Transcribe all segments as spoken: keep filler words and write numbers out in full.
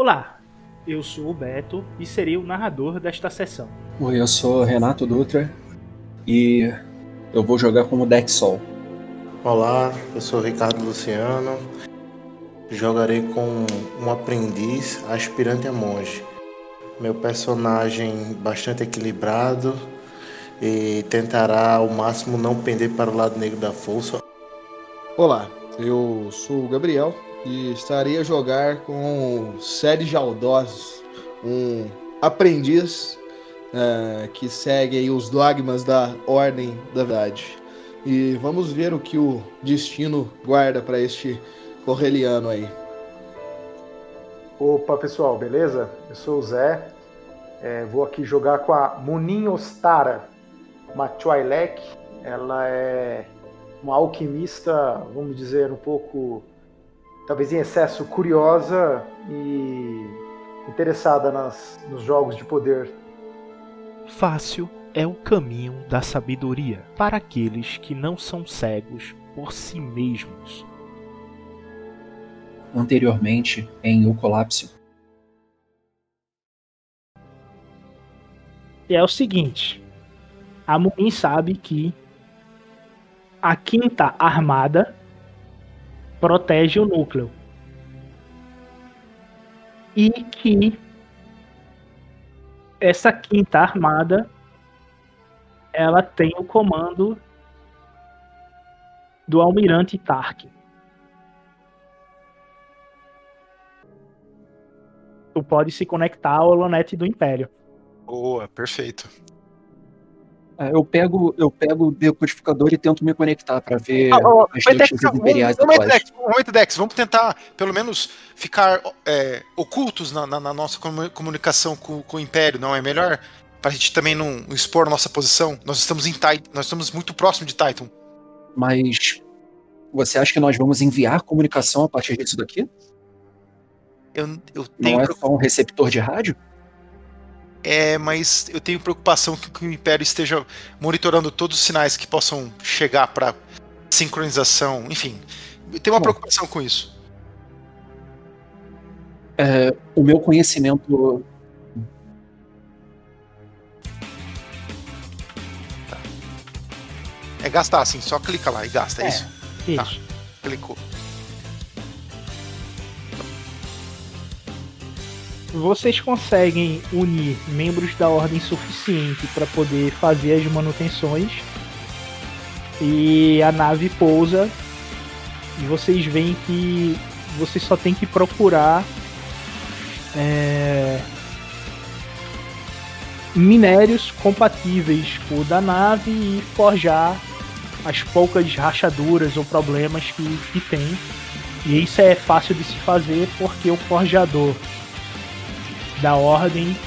Olá, eu sou o Beto e serei o narrador desta sessão. Oi, eu sou Renato Dutra e eu vou jogar como Dexol. Olá, eu sou Ricardo Luciano, jogarei com um aprendiz aspirante a monge. Meu personagem bastante equilibrado e tentará ao máximo não pender para o lado negro da força. Olá, eu sou o Gabriel e estarei a jogar com Sérgio Jaldosos, um aprendiz uh, que segue aí os dogmas da Ordem da Verdade. E vamos ver o que o destino guarda para este correliano aí. Opa pessoal, beleza? Eu sou o Zé, é, vou aqui jogar com a Munin Ostara, uma Twi'lek. Ela é uma alquimista, vamos dizer, um pouco, talvez em excesso, curiosa e interessada nas, nos jogos de poder. Fácil é o caminho da sabedoria para aqueles que não são cegos por si mesmos. Anteriormente, em O Colapso. E é o seguinte, a Munin sabe que a Quinta Armada protege o núcleo. E que essa Quinta Armada ela tem o comando do Almirante Tarkin. Tu pode se conectar ao Holonet do Império. Boa, perfeito. Eu pego, eu pego o decodificador e tento me conectar para ver ah, oh, as notícias imperiais um, um, atuais. Dex, um momento, Dex, vamos tentar, pelo menos, ficar é, ocultos na, na, na nossa comunicação com, com o Império, não é melhor? Pra gente também não expor a nossa posição. Nós estamos em Titan, nós estamos muito próximo de Titan. Mas você acha que nós vamos enviar comunicação a partir disso daqui? Eu, eu tenho não é só um receptor de rádio? É, mas eu tenho preocupação que, que o Império esteja monitorando todos os sinais que possam chegar para sincronização, enfim. Eu tenho uma Bom, preocupação com isso. É, o meu conhecimento... Tá. É gastar, assim, só clica lá e gasta, é, é isso? Isso. Tá, clicou. Vocês conseguem unir membros da ordem suficiente para poder fazer as manutenções e a nave pousa e vocês veem que vocês só tem que procurar é, minérios compatíveis com o da nave e forjar as poucas rachaduras ou problemas que, que tem. E isso é fácil de se fazer porque o forjador da ordem,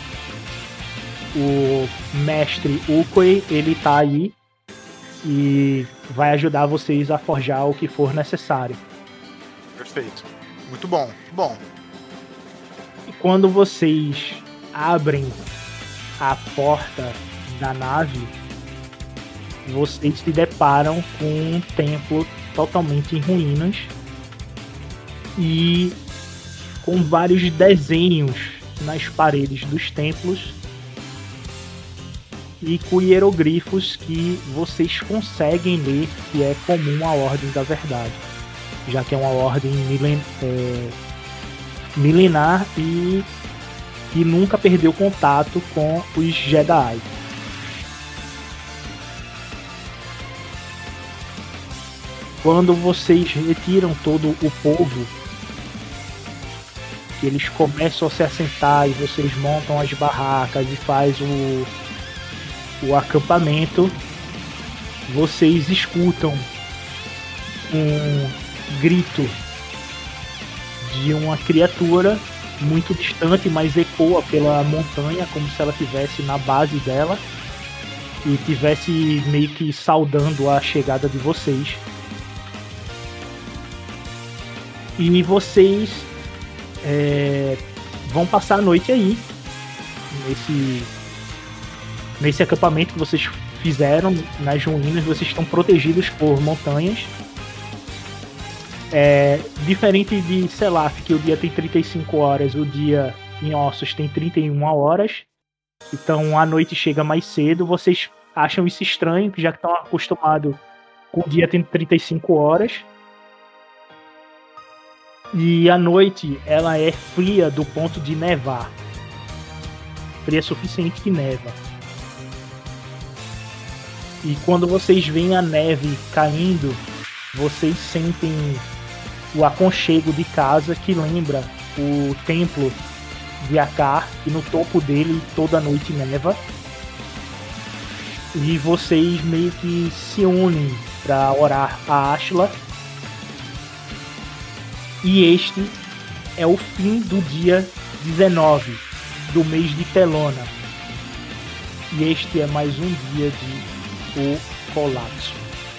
o mestre Ukoi, ele tá aí e vai ajudar vocês a forjar o que for necessário. Perfeito. Muito bom. Bom. E quando vocês abrem a porta da nave, vocês se deparam com um templo totalmente em ruínas e com vários desenhos nas paredes dos templos e com hieroglifos que vocês conseguem ler, que é comum à Ordem da Verdade, já que é uma ordem milen é, milenar e que nunca perdeu contato com os Jedi. Quando vocês retiram todo o povo, que eles começam a se assentar e vocês montam as barracas e faz o, o acampamento, vocês escutam um grito de uma criatura muito distante, mas ecoa pela montanha como se ela estivesse na base dela e estivesse meio que saudando a chegada de vocês. E vocês É, vão passar a noite aí nesse nesse acampamento que vocês fizeram nas ruínas. Vocês estão protegidos por montanhas É, diferente de Selaf, que o dia tem trinta e cinco horas, o dia em Ossos tem trinta e uma horas. Então a noite chega mais cedo. Vocês acham isso estranho, que já estão acostumados com o dia tendo trinta e cinco horas. E a noite, ela é fria do ponto de nevar. Fria suficiente que neva. E quando vocês veem a neve caindo, vocês sentem o aconchego de casa que lembra o templo de Akar, e no topo dele toda noite neva. E vocês meio que se unem para orar a Ashla. E este é o fim do dia dezenove do mês de Telona. E este é mais um dia de O Colapso.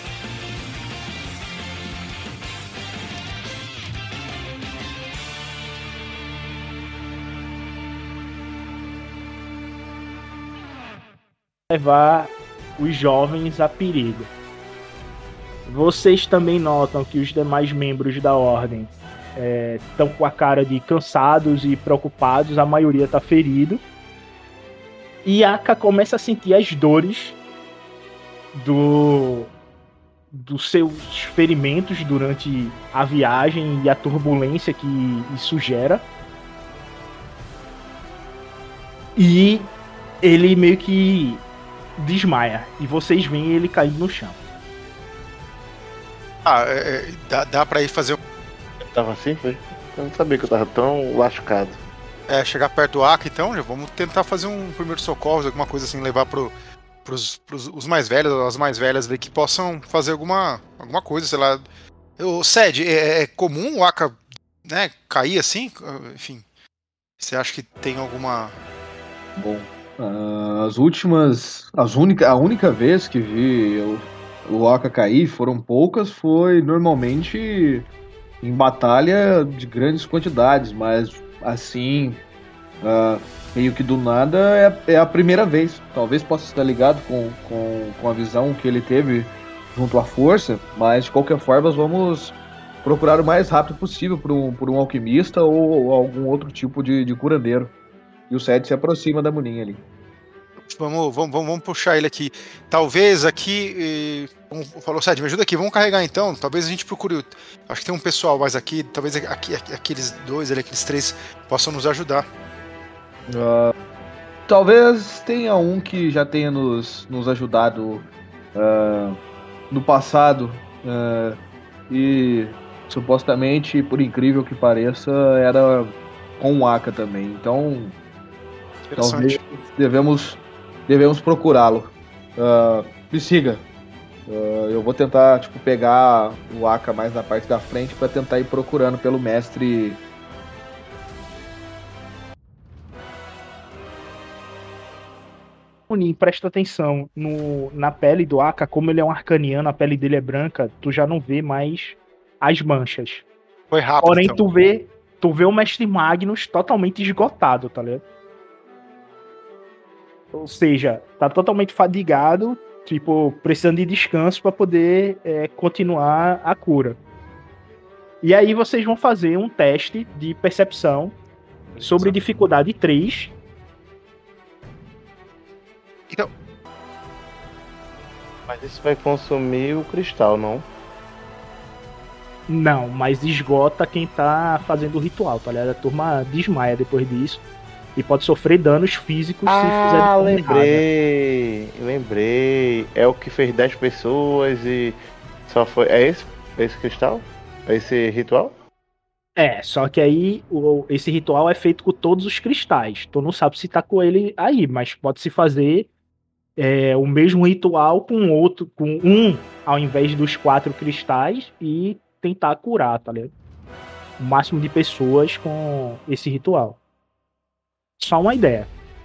Levar os jovens a perigo. Vocês também notam que os demais membros da ordem estão é, com a cara de cansados e preocupados, a maioria está ferido. E Aka começa a sentir as dores do, dos seus ferimentos durante a viagem e a turbulência que isso gera. E ele meio que desmaia. E vocês veem ele cair no chão. Ah, é, é, dá, dá pra ir fazer. Tava assim, foi? Eu não sabia que eu tava tão lascado. É, chegar perto do Aka, então, já vamos tentar fazer um primeiro socorro, alguma coisa assim, levar pro, pros, pros os mais velhos, as mais velhas ali, que possam fazer alguma, alguma coisa, sei lá. Eu, Sed, é, é comum o Aka, né, cair assim? Enfim, você acha que tem alguma... Bom, uh, as últimas, as única, a única vez que vi eu, o Aka cair, foram poucas, foi normalmente em batalha de grandes quantidades, mas assim, uh, meio que do nada é, é a primeira vez. Talvez possa estar ligado com, com, com a visão que ele teve junto à força, mas de qualquer forma vamos procurar o mais rápido possível por um, por um alquimista ou, ou algum outro tipo de, de curandeiro. E o Sed se aproxima da Muninha ali. Vamos, vamos, vamos puxar ele aqui. Talvez aqui. Como falou, Sed, me ajuda aqui, vamos carregar então. Talvez a gente procure. Acho que tem um pessoal mais aqui. Talvez aqui, aqueles dois, aqueles três possam nos ajudar. Uh, talvez tenha um que já tenha nos, nos ajudado uh, no passado. Uh, e supostamente, por incrível que pareça, era com o Aka também. Então, talvez devemos. Devemos procurá-lo. Uh, me siga. Uh, eu vou tentar, tipo, pegar o Aka mais na parte da frente para tentar ir procurando pelo mestre. Unim, presta atenção. No, na pele do Aka, como ele é um arcaniano, a pele dele é branca, tu já não vê mais as manchas. Foi rápido. Porém, então. tu vê, tu vê o mestre Magnus totalmente esgotado, tá ligado? Ou seja, tá totalmente fadigado, tipo, precisando de descanso para poder é, continuar a cura. E aí vocês vão fazer um teste de percepção sobre dificuldade três. Então... Mas isso vai consumir o cristal, não? Não, mas esgota quem tá fazendo o ritual, tá ligado? A turma desmaia depois disso. E pode sofrer danos físicos ah, se fizer de forma lembrei, errada. lembrei. É o que fez dez pessoas e só foi... É esse? É esse cristal? É esse ritual? É, só que aí o, esse ritual é feito com todos os cristais. Tu não sabe se tá com ele aí, mas pode se fazer é, o mesmo ritual com outro, com um ao invés dos quatro cristais e tentar curar, tá ligado? O máximo de pessoas com esse ritual. Só uma ideia.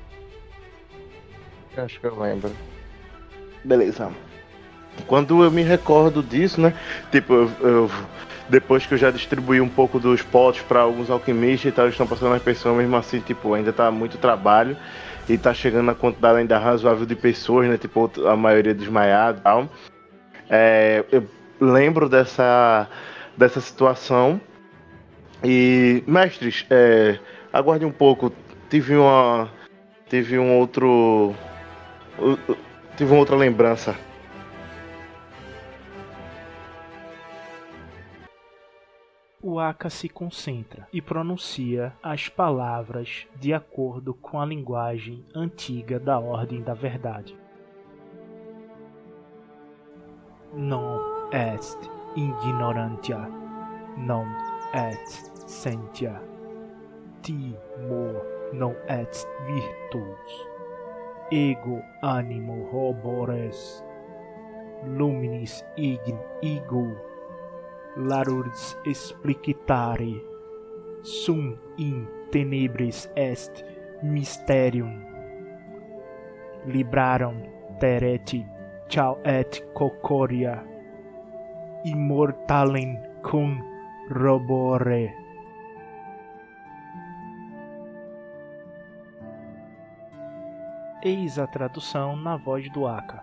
Acho que eu lembro. Beleza. Quando eu me recordo disso, né? Tipo, eu, eu, depois que eu já distribuí um pouco dos potes para alguns alquimistas e tal, eles estão passando as pessoas, mesmo assim, tipo, ainda tá muito trabalho e tá chegando a quantidade ainda razoável de pessoas, né? Tipo, a maioria desmaiada e tal. É, eu lembro dessa dessa situação. E, mestres, é, aguarde um pouco. Tive uma. Tive um outro. Tive uma outra lembrança. O Aka se concentra e pronuncia as palavras de acordo com a linguagem antiga da Ordem da Verdade. Non est ignorantia, non et sentia, timor non et virtus, ego animo robores, luminis ign ego, larurs explicitare, sum in tenebris est mysterium, librarum tereti ciao et cocoria, immortalem cum robore. Eis a tradução na voz do Aka.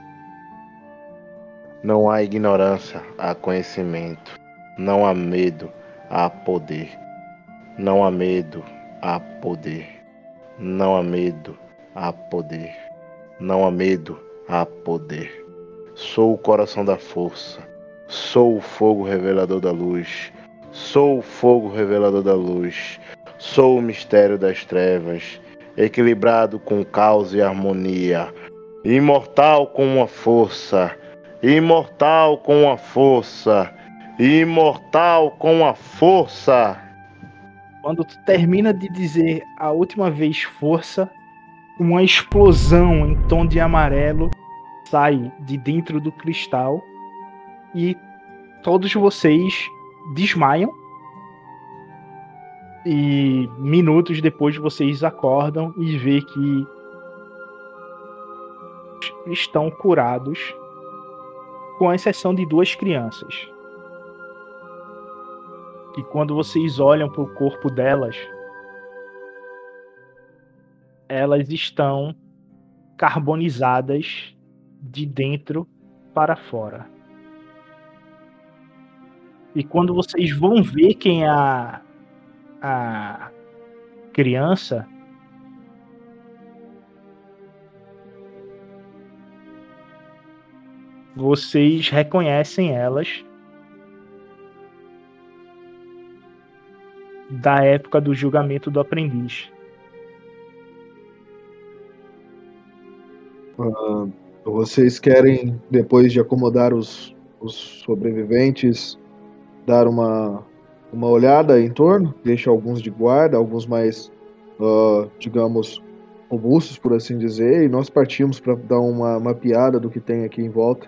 Não há ignorância, há conhecimento. Não há medo, há poder. Não há medo, há poder. Não há medo, há poder. Não há medo, há poder. Sou o coração da força. Sou o fogo revelador da luz. Sou o fogo revelador da luz. Sou o mistério das trevas, equilibrado com caos e harmonia. Imortal com uma força. Imortal com a força, imortal com a força. Quando tu termina de dizer a última vez força, uma explosão em tom de amarelo sai de dentro do cristal e todos vocês desmaiam. E minutos depois vocês acordam e vê que estão curados, com exceção de duas crianças. E quando vocês olham para o corpo delas, elas estão carbonizadas de dentro para fora. E quando vocês vão ver quem é a, a criança, vocês reconhecem elas da época do julgamento do aprendiz. Uh, vocês querem, depois de acomodar os, os sobreviventes, dar uma, uma olhada em torno? Deixa alguns de guarda, alguns mais, uh, digamos, robustos, por assim dizer, e nós partimos para dar uma mapeada do que tem aqui em volta.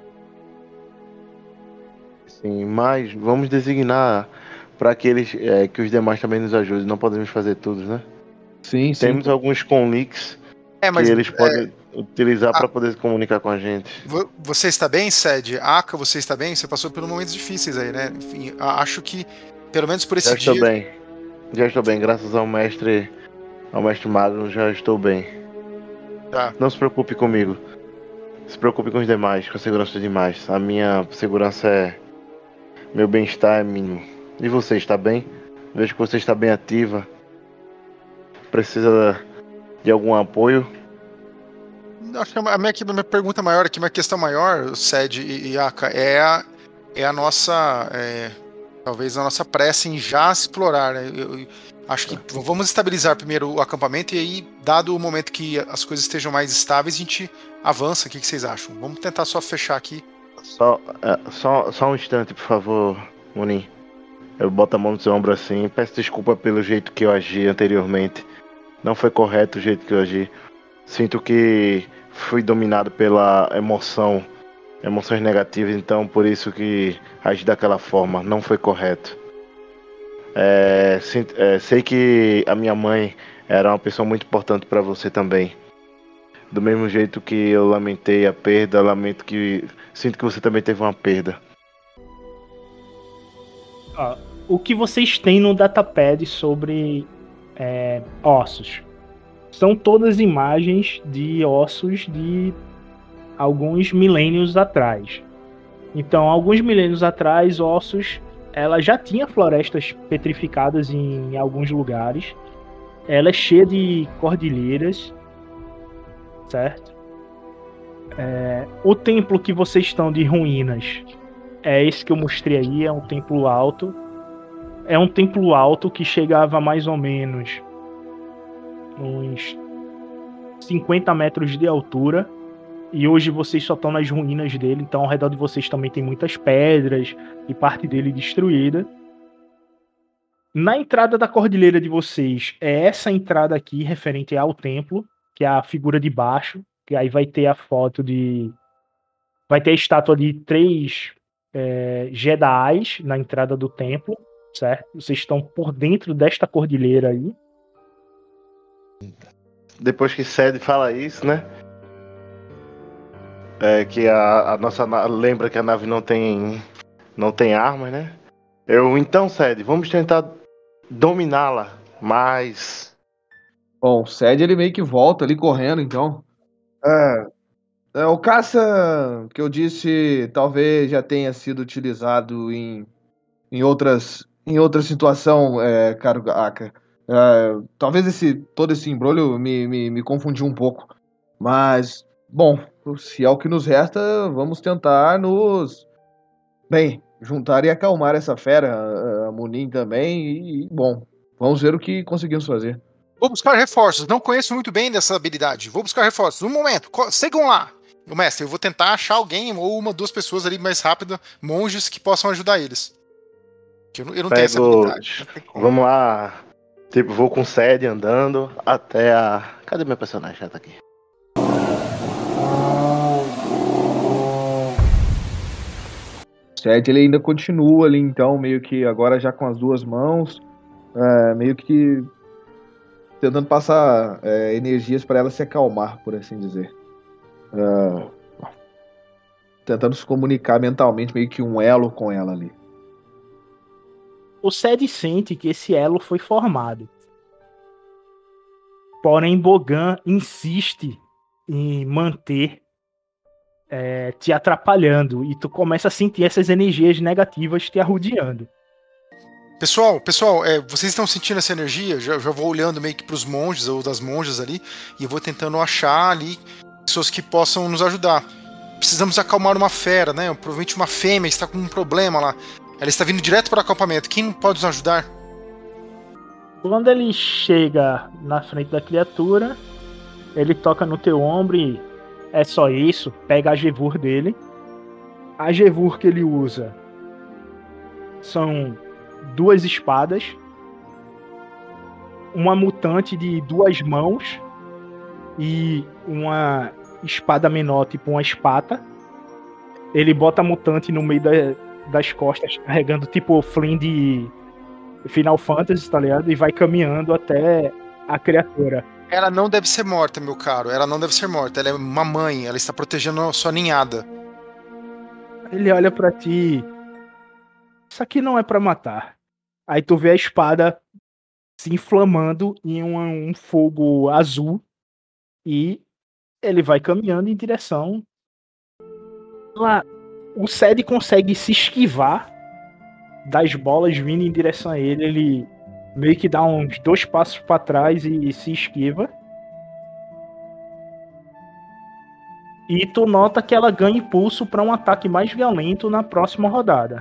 Sim, mas vamos designar para aqueles é, que os demais também nos ajudem. Não podemos fazer tudo, né? Sim, sim. Temos alguns conlinks É, mas que eles é, podem utilizar a- para poder se comunicar com a gente. vo- você está bem, Sed? Aka, você está bem? Você passou por momentos difíceis aí, né? Enfim, a- acho que, pelo menos por esse Já dia... estou bem. Já estou bem, graças ao mestre, ao mestre Magno, já estou bem. Tá. Não se preocupe comigo. Se preocupe com os demais, com a segurança dos demais. A minha segurança é... Meu bem-estar é mínimo. E você, está bem? Vejo que você está bem ativa. Precisa de algum apoio? Acho que a minha, a minha pergunta maior aqui, minha questão maior, Sed e, e Aka, é a, é a nossa, é, talvez a nossa pressa em já explorar, né? Eu, eu acho que v- vamos estabilizar primeiro o acampamento e aí, dado o momento que as coisas estejam mais estáveis, a gente avança. O que, que vocês acham? Vamos tentar só fechar aqui. Só, é, só, só um instante, por favor, Munin. Eu boto a mão no seu ombro assim. Peço desculpa pelo jeito que eu agi anteriormente. Não foi correto o jeito que eu agi. Sinto que fui dominado pela emoção, emoções negativas, então por isso que agi daquela forma. Não foi correto. É, sinto- é, sei que a minha mãe era uma pessoa muito importante para você também. Do mesmo jeito que eu lamentei a perda, lamento que sinto que você também teve uma perda. Ó, o que vocês têm no datapad sobre é, ossos? São todas imagens de ossos de alguns milênios atrás. Então, alguns milênios atrás, ossos ela já tinha florestas petrificadas em, em alguns lugares. Ela é cheia de cordilheiras, certo? É, o templo que vocês estão de ruínas é esse que eu mostrei aí, é um templo alto. É um templo alto que chegava a mais ou menos uns cinquenta metros de altura. E hoje vocês só estão nas ruínas dele, então ao redor de vocês também tem muitas pedras e parte dele destruída. Na entrada da cordilheira de vocês, é essa entrada aqui, referente ao templo, que é a figura de baixo, que aí vai ter a foto de... Vai ter a estátua de três é, Jedis na entrada do templo, certo? Vocês estão por dentro desta cordilheira aí. Depois que Ced fala isso, né? É que a, a nossa na- lembra que a nave não tem não tem armas, né? Eu então, Ced, vamos tentar dominá-la, mas Bom, o Ced ele meio que volta ali correndo, então. É, é, o caça que eu disse talvez já tenha sido utilizado em, em outras em outra situação, é, caro Aka. É, talvez esse todo esse embrulho me, me, me confundiu um pouco. Mas, bom, se é o que nos resta, vamos tentar nos... Bem, juntar e acalmar essa fera, a- a Munin também, e, e, bom, vamos ver o que conseguimos fazer. Vou buscar reforços. Não conheço muito bem dessa habilidade. Vou buscar reforços. Um momento. Co- Sigam lá. O mestre, eu vou tentar achar alguém ou uma, duas pessoas ali mais rápido, monges que possam ajudar eles. Que Eu não, eu não tenho essa pego. habilidade. Não tem como. Vamos lá. Tipo, vou com Ced andando até a. Cadê meu personagem? Já tá aqui. O Ced ele ainda continua ali, então, meio que agora já com as duas mãos, é, meio que tentando passar é, energias para ela se acalmar, por assim dizer. É, tentando se comunicar mentalmente, meio que um elo com ela ali. O Ced sente que esse elo foi formado. Porém, Bogan insiste em manter é, te atrapalhando. E tu começa a sentir essas energias negativas te arrodeando. Pessoal, pessoal, é, vocês estão sentindo essa energia? Já, já vou olhando meio que pros monges ou das monjas ali e eu vou tentando achar ali pessoas que possam nos ajudar. Precisamos acalmar uma fera, né? Provavelmente uma fêmea está com um problema lá. Ela está vindo direto para o acampamento. Quem pode nos ajudar? Quando ele chega na frente da criatura, ele toca no teu ombro e é só isso. Pega a Gevur dele. A Gevur que ele usa são duas espadas, uma mutante de duas mãos e uma espada menor, tipo uma espata. Ele bota a mutante no meio da, das costas, carregando tipo o Flynn de Final Fantasy, tá ligado? E vai caminhando até a criatura. Ela não deve ser morta, meu caro. Ela não deve ser morta. Ela é uma mãe. Ela está protegendo a sua ninhada. Ele olha pra ti. Isso aqui não é pra matar. Aí tu vê a espada se inflamando em um, um fogo azul. E ele vai caminhando em direção. Lá, o Ced consegue se esquivar das bolas vindo em direção a ele. Ele meio que dá uns dois passos pra trás e se esquiva. E tu nota que ela ganha impulso para um ataque mais violento na próxima rodada.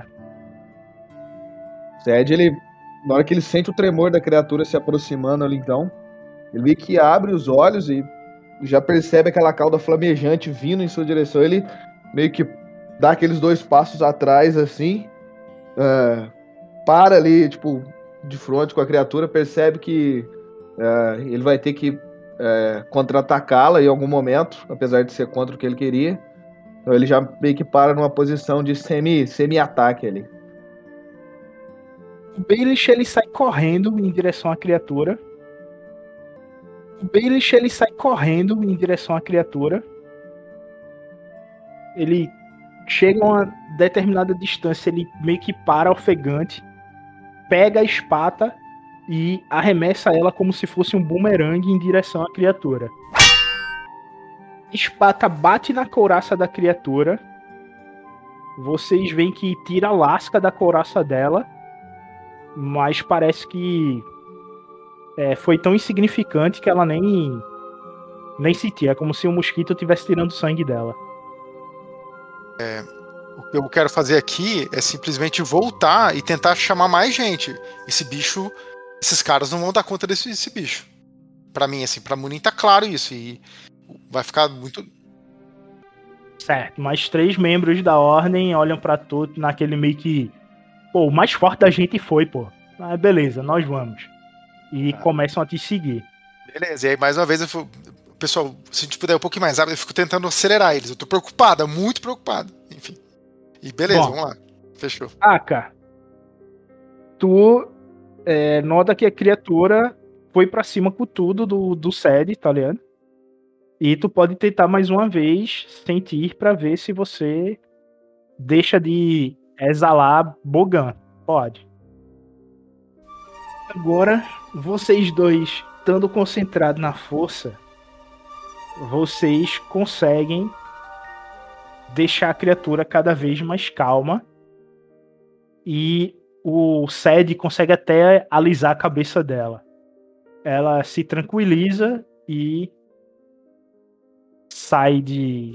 O Ced, ele, na hora que ele sente o tremor da criatura se aproximando ali, então, ele meio que abre os olhos e já percebe aquela cauda flamejante vindo em sua direção. Ele meio que dá aqueles dois passos atrás, assim, uh, para ali, tipo, de frente com a criatura, percebe que uh, ele vai ter que uh, contra-atacá-la em algum momento, apesar de ser contra o que ele queria. Então ele já meio que para numa posição de semi, semi-ataque ali. O Baelish, ele sai correndo em direção à criatura. O Baelish, ele sai correndo em direção à criatura. Ele chega a uma determinada distância, ele meio que para ofegante, pega a espada e arremessa ela como se fosse um bumerangue em direção à criatura. A espada bate na couraça da criatura vocês veem que tira a lasca da couraça dela, mas parece que é, foi tão insignificante que ela nem, nem sentia. É como se um mosquito estivesse tirando sangue dela. É, o que eu quero fazer aqui é simplesmente voltar e tentar chamar mais gente. Esse bicho, esses caras não vão dar conta desse, desse bicho. Pra mim, assim, pra Munin tá claro isso. E vai ficar muito... Certo, mais três membros da ordem olham pra tu naquele meio que... Pô, o mais forte da gente foi, pô. Ah, beleza, nós vamos. E ah. começam a te seguir. Beleza, e aí mais uma vez, eu fui... pessoal, se a gente puder um pouquinho mais rápido, eu fico tentando acelerar eles. Eu tô preocupado, muito preocupado. Enfim. E beleza, Bom, vamos lá. Fechou. Aka, tu é, nota que a criatura foi pra cima com tudo do, do Sed, tá ligado? E tu pode tentar mais uma vez sentir pra ver se você deixa de exalar Bogan. Pode. Agora, vocês dois, estando concentrados na força, vocês conseguem deixar a criatura cada vez mais calma. E o Sed consegue até alisar a cabeça dela. Ela se tranquiliza e sai de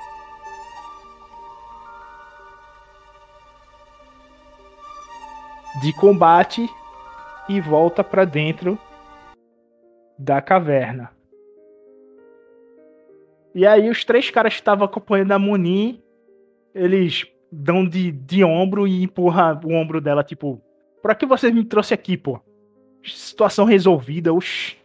de combate e volta para dentro da caverna. E aí os três caras que estavam acompanhando a Munin, eles dão de, de ombro e empurram o ombro dela, tipo, pra que você me trouxe aqui, pô? Situação resolvida, oxi.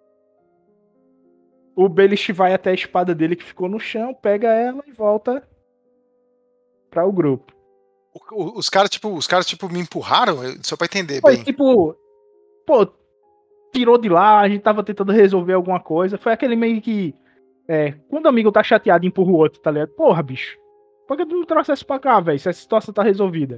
O Belish vai até a espada dele que ficou no chão, pega ela e volta para o grupo. O, os caras, tipo, os caras, tipo, me empurraram, só pra entender Foi, bem. Tipo, pô, tirou de lá, a gente tava tentando resolver alguma coisa. Foi aquele meio que, é, quando o amigo tá chateado, empurra o outro, tá ligado? Porra, bicho, por que tu não trouxe isso pra cá, velho, se a situação tá resolvida?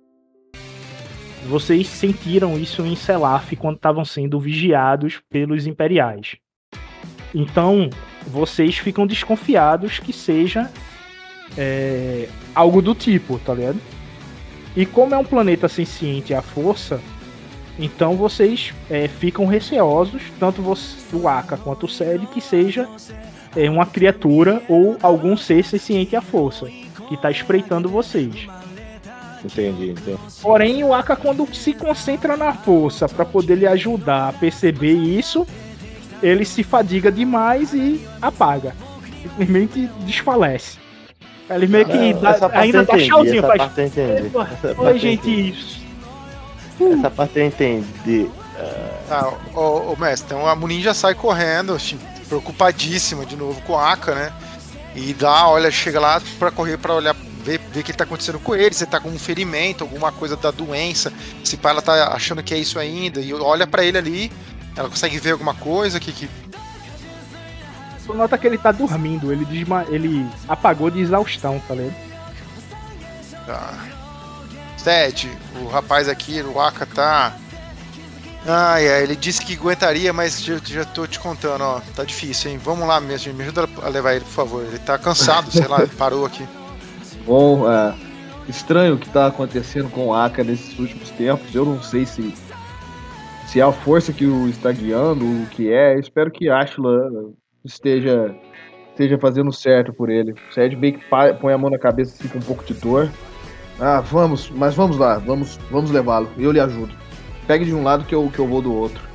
Vocês sentiram isso em Selaf quando estavam sendo vigiados pelos imperiais. Então, vocês ficam desconfiados que seja é, algo do tipo, tá ligado? E como é um planeta senciente à força, então vocês é, ficam receosos, tanto você, o Aka quanto o Sed, que seja é, uma criatura ou algum ser senciente à força, que tá espreitando vocês. Entendi, entendi. Porém, o Aka, quando se concentra na força para poder lhe ajudar a perceber isso, ele se fadiga demais e apaga. Simplesmente desfalece. Ele meio que dá, ainda dá tchauzinho. Essa faz... parte eu entendi. Oi, gente. Essa parte eu entendi. Uh... Ah, ô, ô, mestre, então a Munin já sai correndo, assim, preocupadíssima de novo com a Aka, né? E dá, olha, chega lá pra correr pra olhar, ver, ver o que tá acontecendo com ele, se tá com um ferimento, alguma coisa da doença, se pá, ela tá achando que é isso ainda, e olha pra ele ali. Ela consegue ver alguma coisa que... que... Você nota que ele tá dormindo, ele, desma... ele apagou de exaustão, tá ligado? Tá. Sede, o rapaz aqui, o Aka tá... Ai, ai, ele disse que aguentaria, mas já, já tô te contando, ó, tá difícil, hein? Vamos lá mesmo, me ajuda a levar ele, por favor. Ele tá cansado, sei lá, parou aqui. Bom, é estranho o que tá acontecendo com o Aka nesses últimos tempos, eu não sei se... Se é a força que o está guiando, o que é, espero que Ashla esteja, esteja fazendo certo por ele. O Sed bem que põe a mão na cabeça e fica um pouco de dor. Ah, vamos, mas vamos lá, vamos, vamos levá-lo, eu lhe ajudo. Pegue de um lado que eu, que eu vou do outro.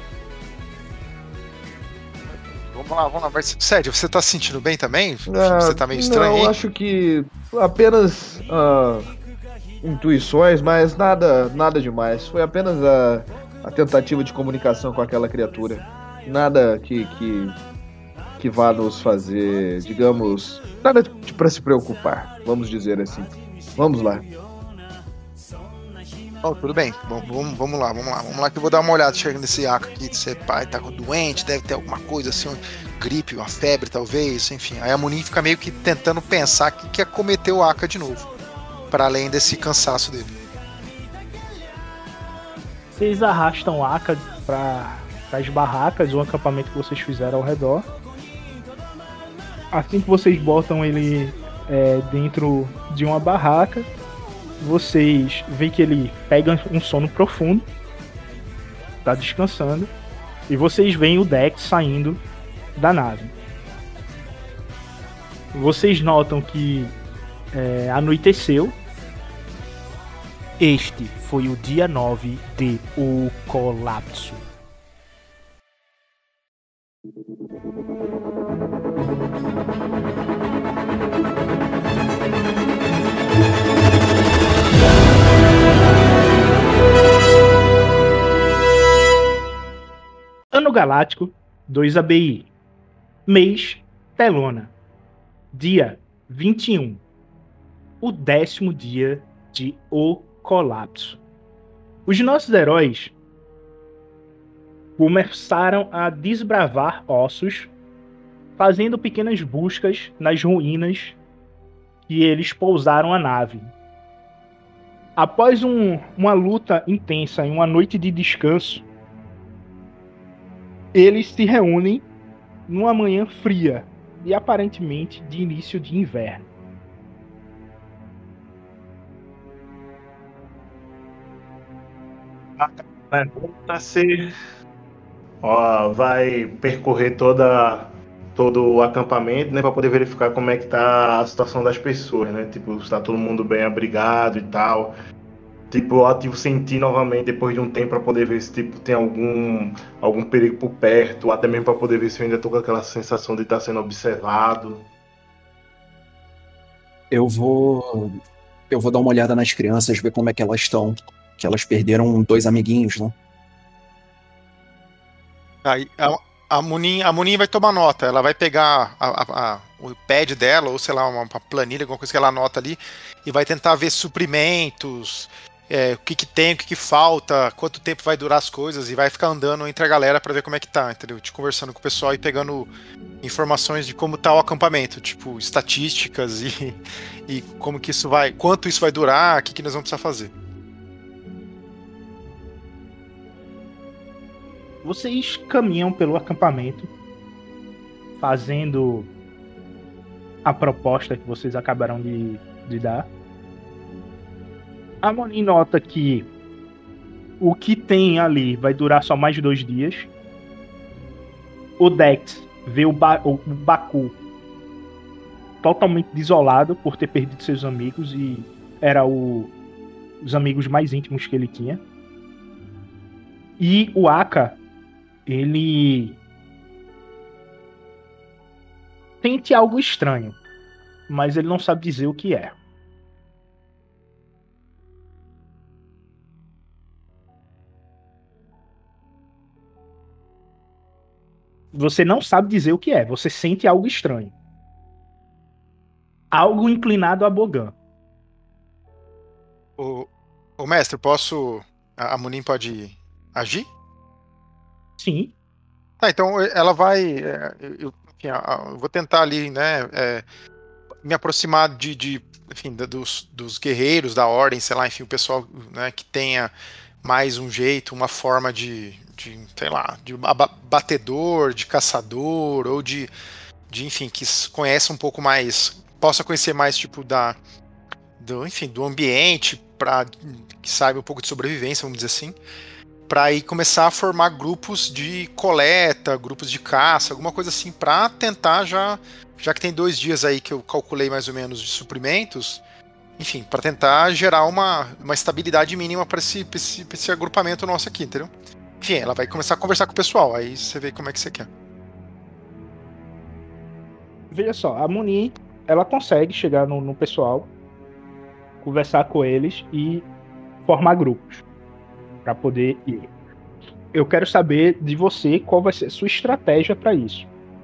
Vamos lá, vamos lá. Sed, você tá se sentindo bem também? Ah, você tá meio estranho, não, hein? Eu acho que apenas uh, intuições, mas nada, nada demais. Foi apenas a... a tentativa de comunicação com aquela criatura. Nada que, que, que vá nos fazer, digamos, nada para se preocupar, vamos dizer assim. Vamos lá. Oh, tudo bem, Bom, vamos, vamos lá, vamos lá. Vamos lá que eu vou dar uma olhada chegando nesse Aka aqui. Você pai, tá doente, deve ter alguma coisa assim, uma gripe, uma febre talvez, enfim. Aí a Munin fica meio que tentando pensar que quer cometer o Aka de novo, para além desse cansaço dele. Vocês arrastam o Aka para as barracas ou acampamento que vocês fizeram ao redor. Assim que vocês botam ele é, dentro de uma barraca, vocês veem que ele pega um sono profundo, tá descansando, e vocês veem o Dex saindo da nave. Vocês notam que é, anoiteceu. Este foi o dia nove de O Colapso. Ano Galáctico dois A B I. Mês Telona. Dia vinte e um. O décimo dia de O Colapso. Os nossos heróis começaram a desbravar ossos, fazendo pequenas buscas nas ruínas que eles pousaram a nave. Após um, uma luta intensa em uma noite de descanso, eles se reúnem numa manhã fria e aparentemente de início de inverno. Vai ser, ó, vai percorrer toda todo o acampamento, né, para poder verificar como é que tá a situação das pessoas, né? Tipo, se tá todo mundo bem abrigado e tal. Tipo, eu ativo sentir novamente depois de um tempo para poder ver se tipo tem algum algum perigo por perto, ou até mesmo para poder ver se eu ainda tô com aquela sensação de estar sendo observado. Eu vou. Eu vou dar uma olhada nas crianças, ver como é que elas estão. Que elas perderam dois amiguinhos, né? Aí a, a, Munin, a Munin vai tomar nota. Ela vai pegar a, a, a, o pad dela, ou sei lá, uma, uma planilha, alguma coisa que ela anota ali, e vai tentar ver suprimentos, é, o que, que tem, o que, que falta, quanto tempo vai durar as coisas, e vai ficar andando entre a galera pra ver como é que tá, entendeu? Te conversando com o pessoal e pegando informações de como tá o acampamento, tipo, estatísticas e, e como que isso vai, quanto isso vai durar, o que, que nós vamos precisar fazer. Vocês caminham pelo acampamento, fazendo a proposta que vocês acabaram de, de dar. A Moni nota que o que tem ali vai durar só mais de dois dias. O Dex vê o, ba o Baku totalmente desolado por ter perdido seus amigos, e era o, os amigos mais íntimos que ele tinha. E o Aka, ele sente algo estranho, mas ele não sabe dizer o que é. Você não sabe dizer o que é, você sente algo estranho. Algo inclinado a Bogan. O, o mestre, posso... A, a Munin pode agir? Sim. Ah, então ela vai... É, eu, enfim, eu vou tentar ali, né, é, me aproximar de, de enfim, dos, dos guerreiros da ordem, sei lá, enfim, o pessoal, né, que tenha mais um jeito, uma forma de, de sei lá, de batedor, de caçador, ou de, de, enfim, que conheça um pouco mais, possa conhecer mais, tipo, da, do, enfim, do ambiente, para que saiba um pouco de sobrevivência, vamos dizer assim, para aí começar a formar grupos de coleta, grupos de caça, alguma coisa assim, para tentar já, já que tem dois dias aí que eu calculei mais ou menos de suprimentos, enfim, para tentar gerar uma, uma estabilidade mínima para esse, esse, esse agrupamento nosso aqui, entendeu? Enfim, ela vai começar a conversar com o pessoal, aí você vê como é que você quer. Veja só, a Muni, ela consegue chegar no, no pessoal, conversar com eles e formar grupos para poder ir. Eu quero saber de você qual vai ser a sua estratégia para isso.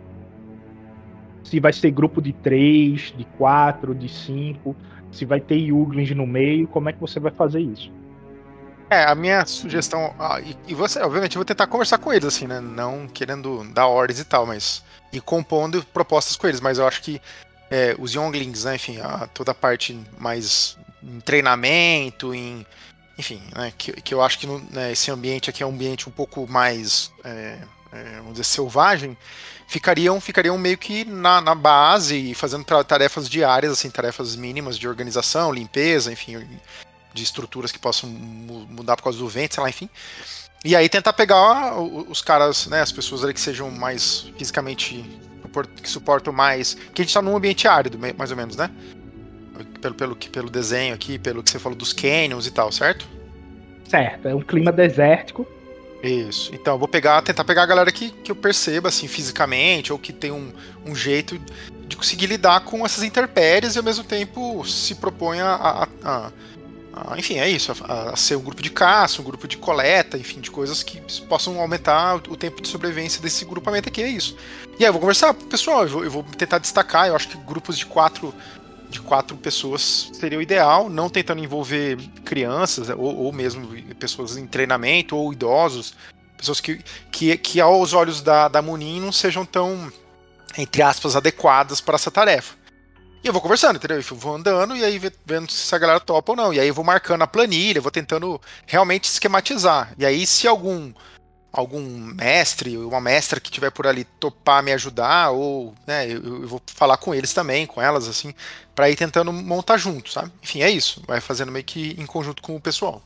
Se vai ser grupo de três, de quatro, de cinco, se vai ter Yuglins no meio, como é que você vai fazer isso? É, a minha sugestão, ah, e, e você, obviamente, eu vou tentar conversar com eles, assim, né, não querendo dar ordens e tal, mas, e compondo propostas com eles, mas eu acho que é, os Younglings, né, enfim, a, toda a parte mais em treinamento, em enfim, né, que, que eu acho que no, né, esse ambiente aqui é um ambiente um pouco mais é, é, vamos dizer, selvagem, ficariam, ficariam meio que na, na base, fazendo tarefas diárias, assim, tarefas mínimas de organização, limpeza, enfim, de estruturas que possam mudar por causa do vento, sei lá, enfim. E aí tentar pegar os caras, né, as pessoas ali que sejam mais fisicamente, que suportam mais, que a gente tá num ambiente árido, mais ou menos, né? Pelo, pelo, pelo desenho aqui, pelo que você falou dos canyons e tal, certo? Certo, é um clima desértico. Isso. Então, eu vou pegar, tentar pegar a galera que, que eu perceba, assim, fisicamente, ou que tem um, um jeito de conseguir lidar com essas intempéries e, ao mesmo tempo, se propõe a... a, a, a enfim, é isso. A, a ser um grupo de caça, um grupo de coleta, enfim, de coisas que possam aumentar o, o tempo de sobrevivência desse grupamento aqui, é isso. E aí, eu vou conversar, pessoal, eu vou, eu vou tentar destacar, eu acho que grupos de quatro... de quatro pessoas seria o ideal, não tentando envolver crianças ou, ou mesmo pessoas em treinamento ou idosos, pessoas que, que, que aos olhos da, da Munin não sejam tão, entre aspas, adequadas para essa tarefa. E eu vou conversando, entendeu? Eu vou andando e aí vendo se a galera topa ou não. E aí eu vou marcando a planilha, vou tentando realmente esquematizar. E aí se algum algum mestre, uma mestra que tiver por ali topar me ajudar, ou né, eu, eu vou falar com eles também, com elas, assim, pra ir tentando montar junto, sabe? Enfim, é isso. Vai fazendo meio que em conjunto com o pessoal.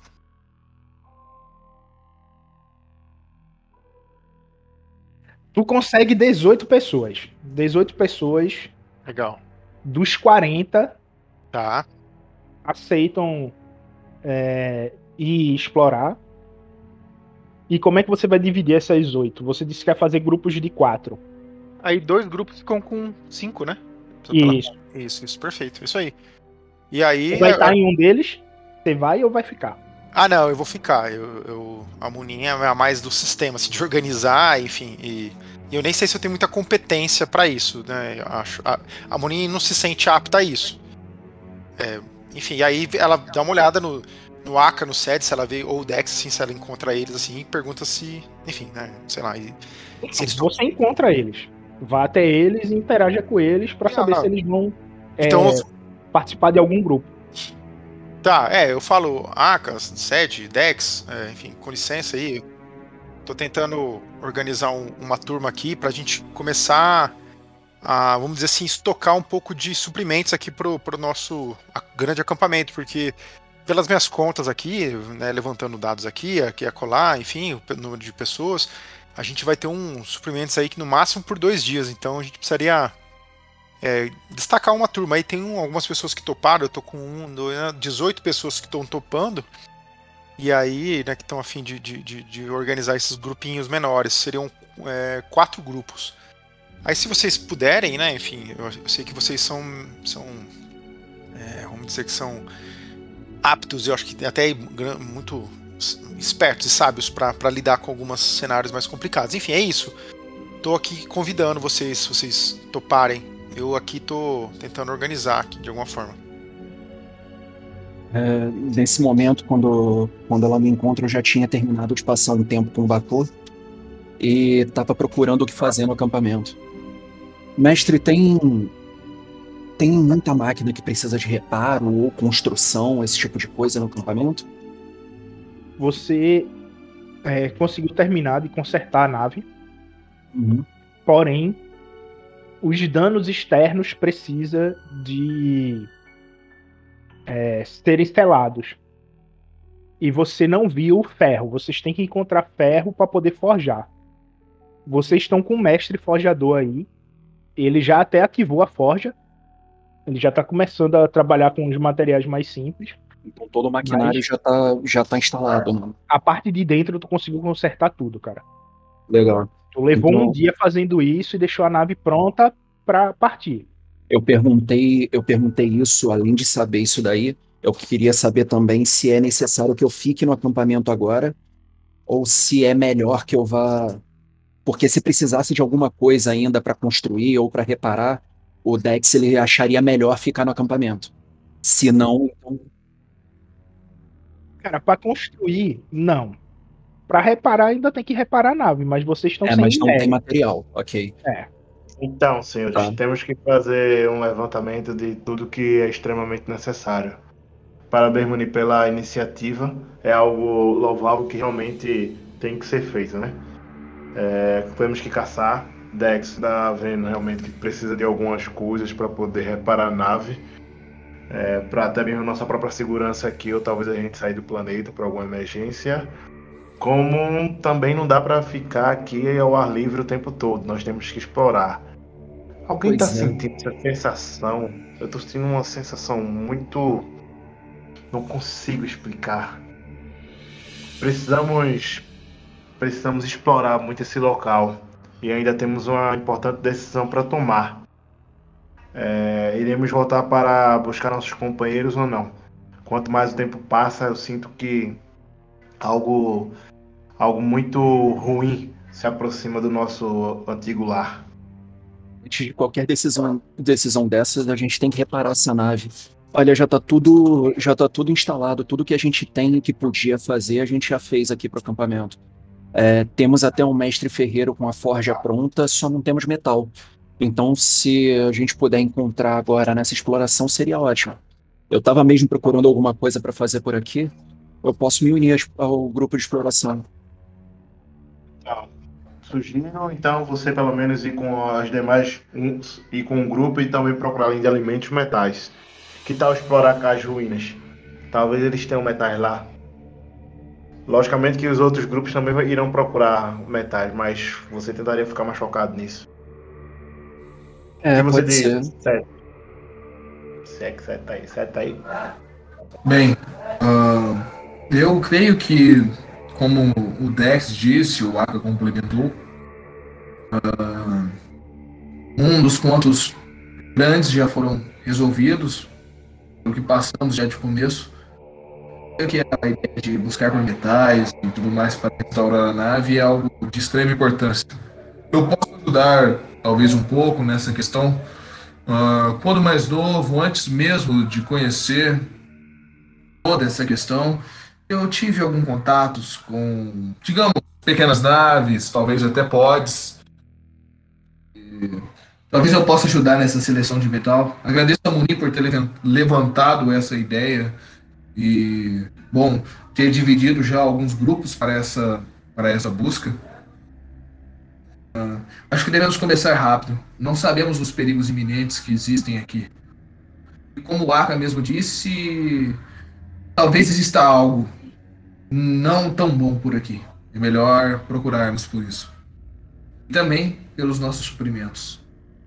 Tu consegue dezoito pessoas. dezoito pessoas. Legal. Dos quarenta Tá. aceitam é, ir explorar. E como é que você vai dividir essas oito? Você disse que quer fazer grupos de quatro. Aí dois grupos ficam com cinco, né? Isso. Isso, isso, perfeito. Isso aí. E aí... Você vai é- estar em um deles? Você vai ou vai ficar? Ah, não, eu vou ficar. Eu, eu, a Muninha é a mais do sistema, assim, de organizar, enfim. E, e eu nem sei se eu tenho muita competência pra isso, né? Eu acho. A, a Muninha não se sente apta a isso. É, enfim, e aí ela dá uma olhada no, no Aka, no S E D, se ela vê, ou o Dex, assim, se ela encontra eles, assim, e pergunta se, enfim, né? Sei lá. E, se eles Você encontra eles. Vá até eles e interaja com eles pra saber Ah, se eles vão é, então, participar de algum grupo. tá, é, eu falo Aka, S E D, Dex, é, enfim, com licença aí. Tô tentando organizar um- uma turma aqui pra gente começar a, vamos dizer assim, estocar um pouco de suprimentos aqui pro, pro nosso a- grande acampamento, porque pelas minhas contas aqui, né, levantando dados aqui, aqui a colar, enfim, o pe- número de pessoas, a gente vai ter uns suprimentos aí que no máximo por dois dias, então a gente precisaria é, destacar uma turma. Aí tem um- algumas pessoas que toparam, eu tô com um, dois, né, dezoito pessoas que estão topando, e aí, né, que estão a fim de, de, de, de organizar esses grupinhos menores, seriam é, quatro grupos. Aí se vocês puderem, né, enfim, eu, eu sei que vocês são, são é, vamos dizer que são aptos, eu acho que até gran- muito espertos e sábios para lidar com alguns cenários mais complicados. Enfim, é isso. Tô aqui convidando vocês, se vocês toparem. Eu aqui tô tentando organizar aqui de alguma forma. É, nesse momento, quando, quando ela me encontra, eu já tinha terminado de passar um tempo com o Batu e estava procurando o que fazer no acampamento. Mestre, tem, tem muita máquina que precisa de reparo ou construção, esse tipo de coisa no acampamento? Você é, conseguiu terminar de consertar a nave, Uhum. porém os danos externos precisam de é, serem selados. E você não viu o ferro. Vocês têm que encontrar ferro para poder forjar. Vocês estão com um mestre forjador aí. Ele já até ativou a forja. Ele já está começando a trabalhar com os materiais mais simples. Então todo o maquinário Mas- já tá, já tá instalado, né? A parte de dentro tu conseguiu consertar tudo, cara. Legal. Tu levou Então- um dia fazendo isso e deixou a nave pronta para partir. Eu perguntei, eu perguntei isso, além de saber isso daí, eu queria saber também se é necessário que eu fique no acampamento agora ou se é melhor que eu vá. Porque se precisasse de alguma coisa ainda para construir ou para reparar, o Dex ele acharia melhor ficar no acampamento. Se não, então. Cara, para construir, não. Para reparar, ainda tem que reparar a nave, mas vocês estão É, sem mas não tem minério. material, ok. É. Então, senhores, Tá. temos que fazer um levantamento de tudo que é extremamente necessário. Parabéns, Muni, pela iniciativa. É algo louvável que realmente tem que ser feito, né? É, temos que caçar. Dex está vendo realmente que precisa de algumas coisas para poder reparar a nave. É, para até mesmo nossa própria segurança aqui, ou talvez a gente sair do planeta por alguma emergência. Como também não dá para ficar aqui ao ar livre o tempo todo, nós temos que explorar. Alguém Pois está é. sentindo essa sensação? Eu estou sentindo uma sensação muito... Não consigo explicar. Precisamos, precisamos explorar muito esse local. E ainda temos uma importante decisão para tomar. É, iremos voltar para buscar nossos companheiros ou não? Quanto mais o tempo passa, eu sinto que algo, algo muito ruim se aproxima do nosso antigo lar. Antes de qualquer decisão, decisão dessas, a gente tem que reparar essa nave. Olha, já tá tudo, já tá tudo instalado, tudo que a gente tem que podia fazer, a gente já fez aqui pro acampamento. É, temos até um mestre ferreiro com a forja pronta, só não temos metal. Então, se a gente puder encontrar agora nessa exploração, seria ótimo. Eu estava mesmo procurando alguma coisa para fazer por aqui. Eu posso me unir ao grupo de exploração. Então, sugiro então você pelo menos ir com as demais, um, ir com um grupo e também procurar além de alimentos metais. Que tal explorar cá as ruínas? Talvez eles tenham metais lá. Logicamente que os outros grupos também irão procurar metais, mas você tentaria ficar mais focado nisso. É, O que você pode ser. diz, Sete? Se é que Sete tá aí. Sete tá aí? Bem, ah, eu creio que, como o Dex disse, o Aka complementou, ah, um dos pontos grandes já foram resolvidos, o que passamos já de começo. Creio que a ideia de buscar por metais e tudo mais para restaurar a nave é algo de extrema importância. Eu posso ajudar, talvez, um pouco nessa questão. Uh, quando mais novo, antes mesmo de conhecer toda essa questão, eu tive alguns contatos com, digamos, pequenas naves, talvez até pods. E talvez eu possa ajudar nessa seleção de metal. Agradeço a Muni por ter levantado essa ideia e, bom, ter dividido já alguns grupos para essa, para essa busca. Uh, acho que devemos começar rápido. Não sabemos os perigos iminentes que existem aqui. E como o Aka mesmo disse, talvez exista algo não tão bom por aqui. É melhor procurarmos por isso. E também pelos nossos suprimentos.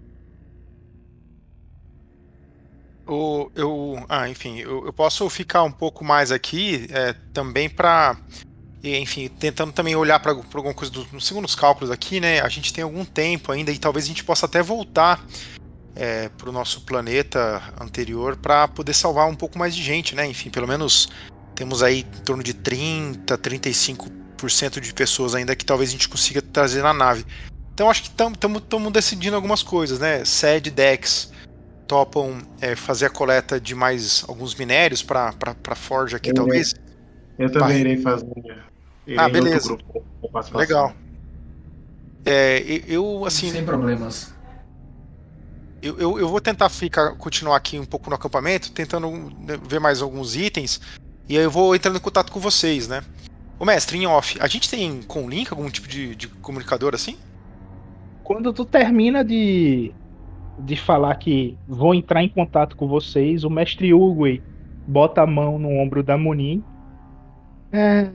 O, eu, ah, enfim, eu, eu posso ficar um pouco mais aqui é, também para... E, enfim, tentando também olhar para alguma coisa dos no segundo os cálculos aqui, né? A gente tem algum tempo ainda e talvez a gente possa até voltar é, para o nosso planeta anterior para poder salvar um pouco mais de gente, né? Enfim, pelo menos temos aí em torno de trinta, trinta e cinco por cento de pessoas ainda que talvez a gente consiga trazer na nave. Então acho que estamos decidindo algumas coisas, né? Sed e Dex topam é, fazer a coleta de mais alguns minérios para a Forja aqui, Eu talvez. Eu também Vai. irei fazer. Irei Ah, em outro beleza. grupo com participação. Legal. É, eu, assim, Sem problemas. eu, eu, eu vou tentar ficar, continuar aqui um pouco no acampamento, tentando né, ver mais alguns itens, e aí eu vou entrando em contato com vocês, né? Ô mestre, em off, a gente tem com link algum tipo de, de comunicador assim? Quando tu termina de, de falar que vou entrar em contato com vocês, o mestre Uguay bota a mão no ombro da Munin. É...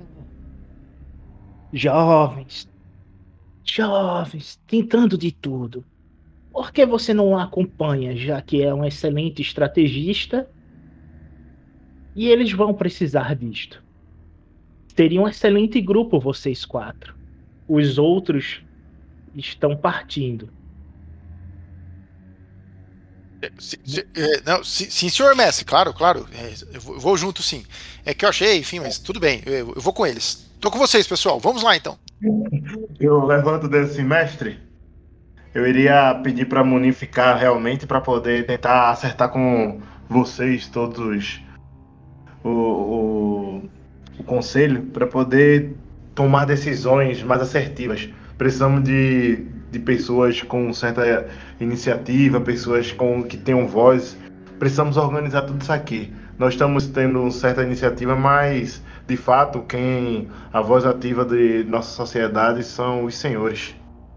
Jovens, jovens, tentando de tudo. Por que você não a acompanha, já que é um excelente estrategista? E eles vão precisar disto. Seria um excelente grupo vocês quatro. Os outros estão partindo. Se, se, é, não, se, sim, senhor mestre, claro, claro. É, eu, vou, eu vou junto, sim. É que eu achei, enfim, mas tudo bem. Eu, eu vou com eles. Tô com vocês, pessoal. Vamos lá, então. Eu levanto desse mestre. Eu iria pedir para Muni ficar realmente para poder tentar acertar com vocês todos o, o, o conselho para poder tomar decisões mais assertivas. Precisamos de, de pessoas com certa iniciativa, pessoas com, que tenham voz. Precisamos organizar tudo isso aqui. Nós estamos tendo certa iniciativa, mas de fato, quem a voz ativa de nossa sociedade são os senhores.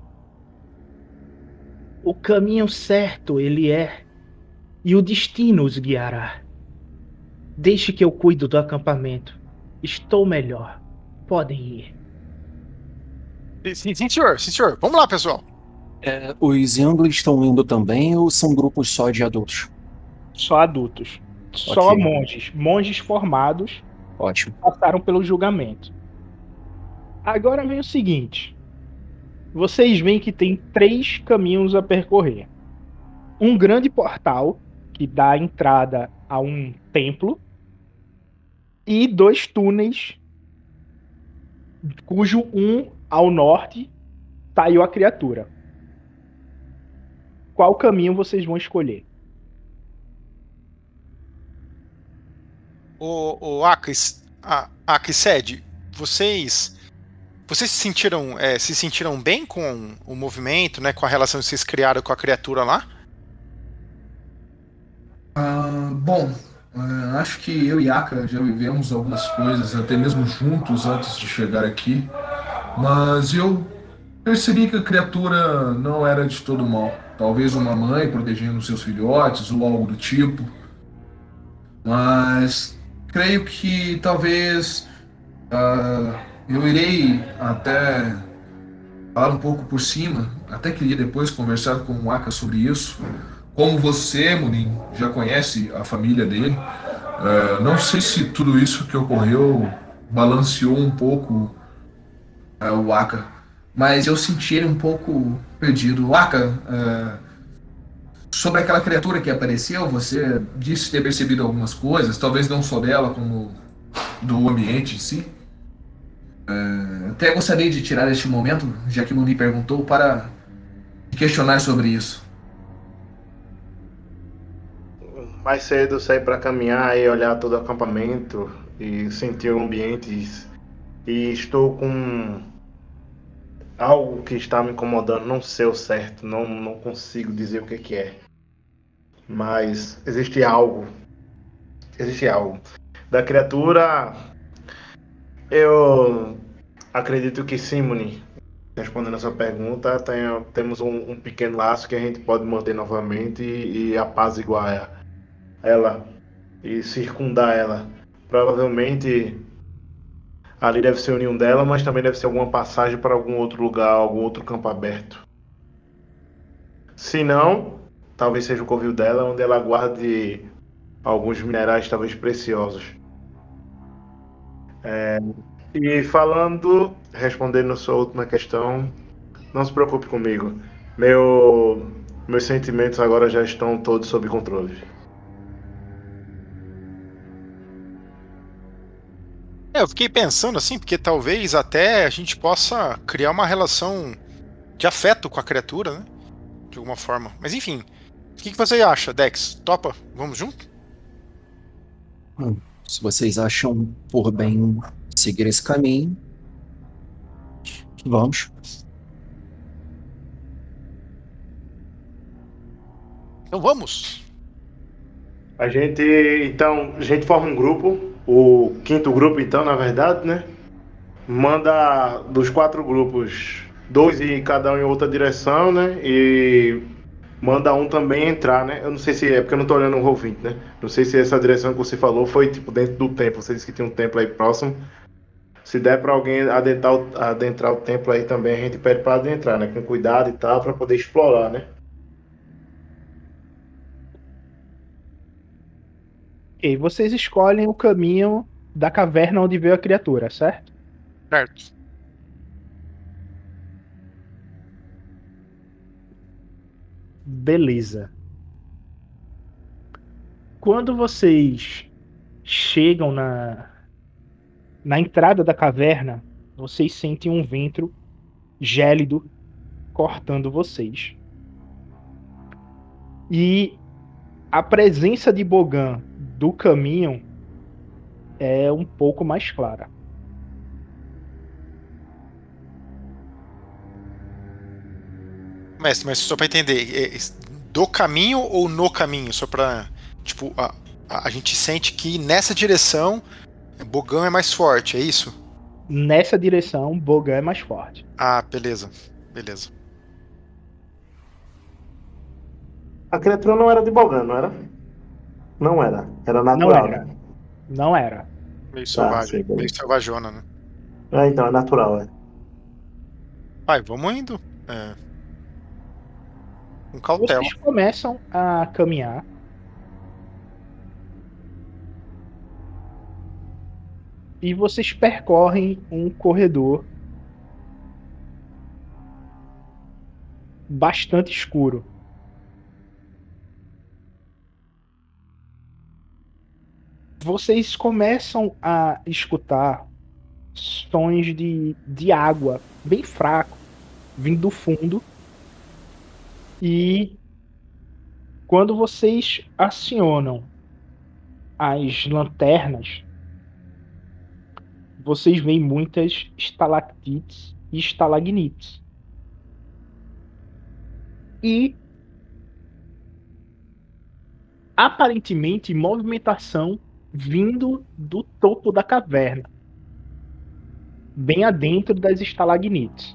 O caminho certo ele é, e o destino os guiará. Deixe que eu cuido do acampamento. Estou melhor. Podem ir. Sim, sim, senhor, sim, senhor. Vamos lá, pessoal. É, os Younglings estão indo também ou são grupos só de adultos? Só adultos. Só Ok. monges. Monges formados Ótimo. passaram pelo julgamento. Agora vem o seguinte. Vocês veem que tem três caminhos a percorrer. Um grande portal que dá entrada a um templo e dois túneis cujo um ao norte saiu a criatura. Qual caminho vocês vão escolher? O, o Akis, a Akised, vocês vocês se sentiram é, se sentiram bem com o movimento, né, com a relação que vocês criaram com a criatura lá? Ah, bom, ah, acho que eu e Aka já vivemos algumas coisas, até mesmo juntos antes de chegar aqui, mas eu percebi que a criatura não era de todo mal. Talvez uma mãe protegendo seus filhotes ou algo do tipo, mas creio que talvez ah, eu irei até falar um pouco por cima, até queria depois conversar com o Aka sobre isso. Como você, Munin, já conhece a família dele, uh, não sei se tudo isso que ocorreu balanceou um pouco uh, o Aka, mas eu senti ele um pouco perdido. Aka, uh, sobre aquela criatura que apareceu, você disse ter percebido algumas coisas, talvez não só dela, como do ambiente em si. Uh, até gostaria de tirar este momento, já que Munin perguntou, para questionar sobre isso. Mais cedo eu saí para caminhar e olhar todo o acampamento e sentir o ambiente. E estou com algo que está me incomodando, não sei o certo, não, não consigo dizer o que, que é. Mas existe algo. Existe algo. Da criatura, eu acredito que sim, Muni. Respondendo a sua pergunta, tem, temos um, um pequeno laço que a gente pode manter novamente e, e apaziguar ela. ela e circundar ela. Provavelmente ali deve ser o ninho dela, mas também deve ser alguma passagem para algum outro lugar, algum outro campo aberto. Se não, talvez seja o covil dela, onde ela guarde alguns minerais talvez preciosos. É, e falando, respondendo a sua última questão, não se preocupe comigo. Meu, meus sentimentos agora já estão todos sob controle. É, eu fiquei pensando assim, porque talvez até a gente possa criar uma relação de afeto com a criatura, né? De alguma forma. Mas enfim, o que, que você acha, Dex? Topa? Vamos junto? Hum, se vocês acham por bem seguir esse caminho, vamos. Então vamos! A gente, então, a gente forma um grupo, o quinto grupo, então, na verdade, né? Manda dos quatro grupos, dois em cada um em outra direção, né? E manda um também entrar, né? Eu não sei se é, porque eu não tô olhando o roll vinte, né? Não sei se essa direção que você falou foi, tipo, dentro do templo. Você disse que tinha um templo aí próximo. Se der pra alguém adentrar o, adentrar o templo aí também, a gente pede pra adentrar, né? Com cuidado e tal, pra poder explorar, né? Ok, vocês escolhem o caminho da caverna onde veio a criatura, certo? Certo. Beleza. Quando vocês chegam na, na entrada da caverna, vocês sentem um vento gélido cortando vocês. E a presença de Bogan do caminho é um pouco mais clara. Mestre, mas só pra entender, é do caminho ou no caminho? Só pra, tipo, a, a, a gente sente que nessa direção Bogão é mais forte, é isso? Nessa direção, Bogan é mais forte. Ah, beleza. Beleza. A criatura não era de Bogan, não era? Não era. Era Não natural. era. Né? Não era. Meio Tá, selvagem. sei, beleza. Meio selvajona, né? Ah, então, é natural, é. Vai, vamos indo. É. Com cautela. Vocês começam a caminhar. E vocês percorrem um corredor bastante escuro. Vocês começam a escutar sons de, de água bem fraco vindo do fundo. E quando vocês acionam as lanternas, vocês veem muitas estalactites e estalagnites. E aparentemente movimentação vindo do topo da caverna, bem adentro das estalagnites.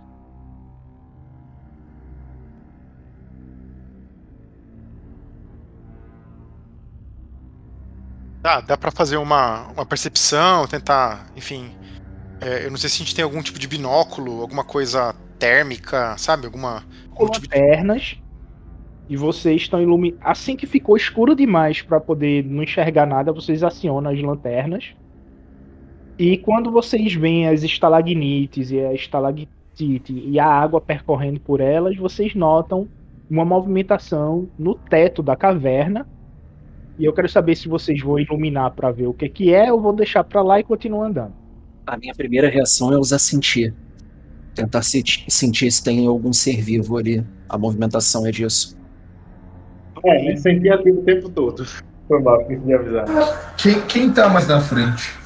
Tá, dá pra fazer uma, uma percepção, tentar, enfim. É, eu não sei se a gente tem algum tipo de binóculo, alguma coisa térmica, sabe? Alguma. Com algum tipo de... lanternas. E vocês estão iluminados. Assim que ficou escuro demais para poder não enxergar nada, vocês acionam as lanternas. E quando vocês veem as estalagnites e a estalactite e a água percorrendo por elas, vocês notam uma movimentação no teto da caverna. E eu quero saber se vocês vão iluminar para ver o que, que é ou vou deixar para lá e continuar andando. A minha primeira reação é usar sentir. Tentar senti- sentir se tem algum ser vivo ali. A movimentação é disso. É, me senti ativo o tempo todo. Foi mal, esqueci de avisar. Quem, quem tá mais na frente?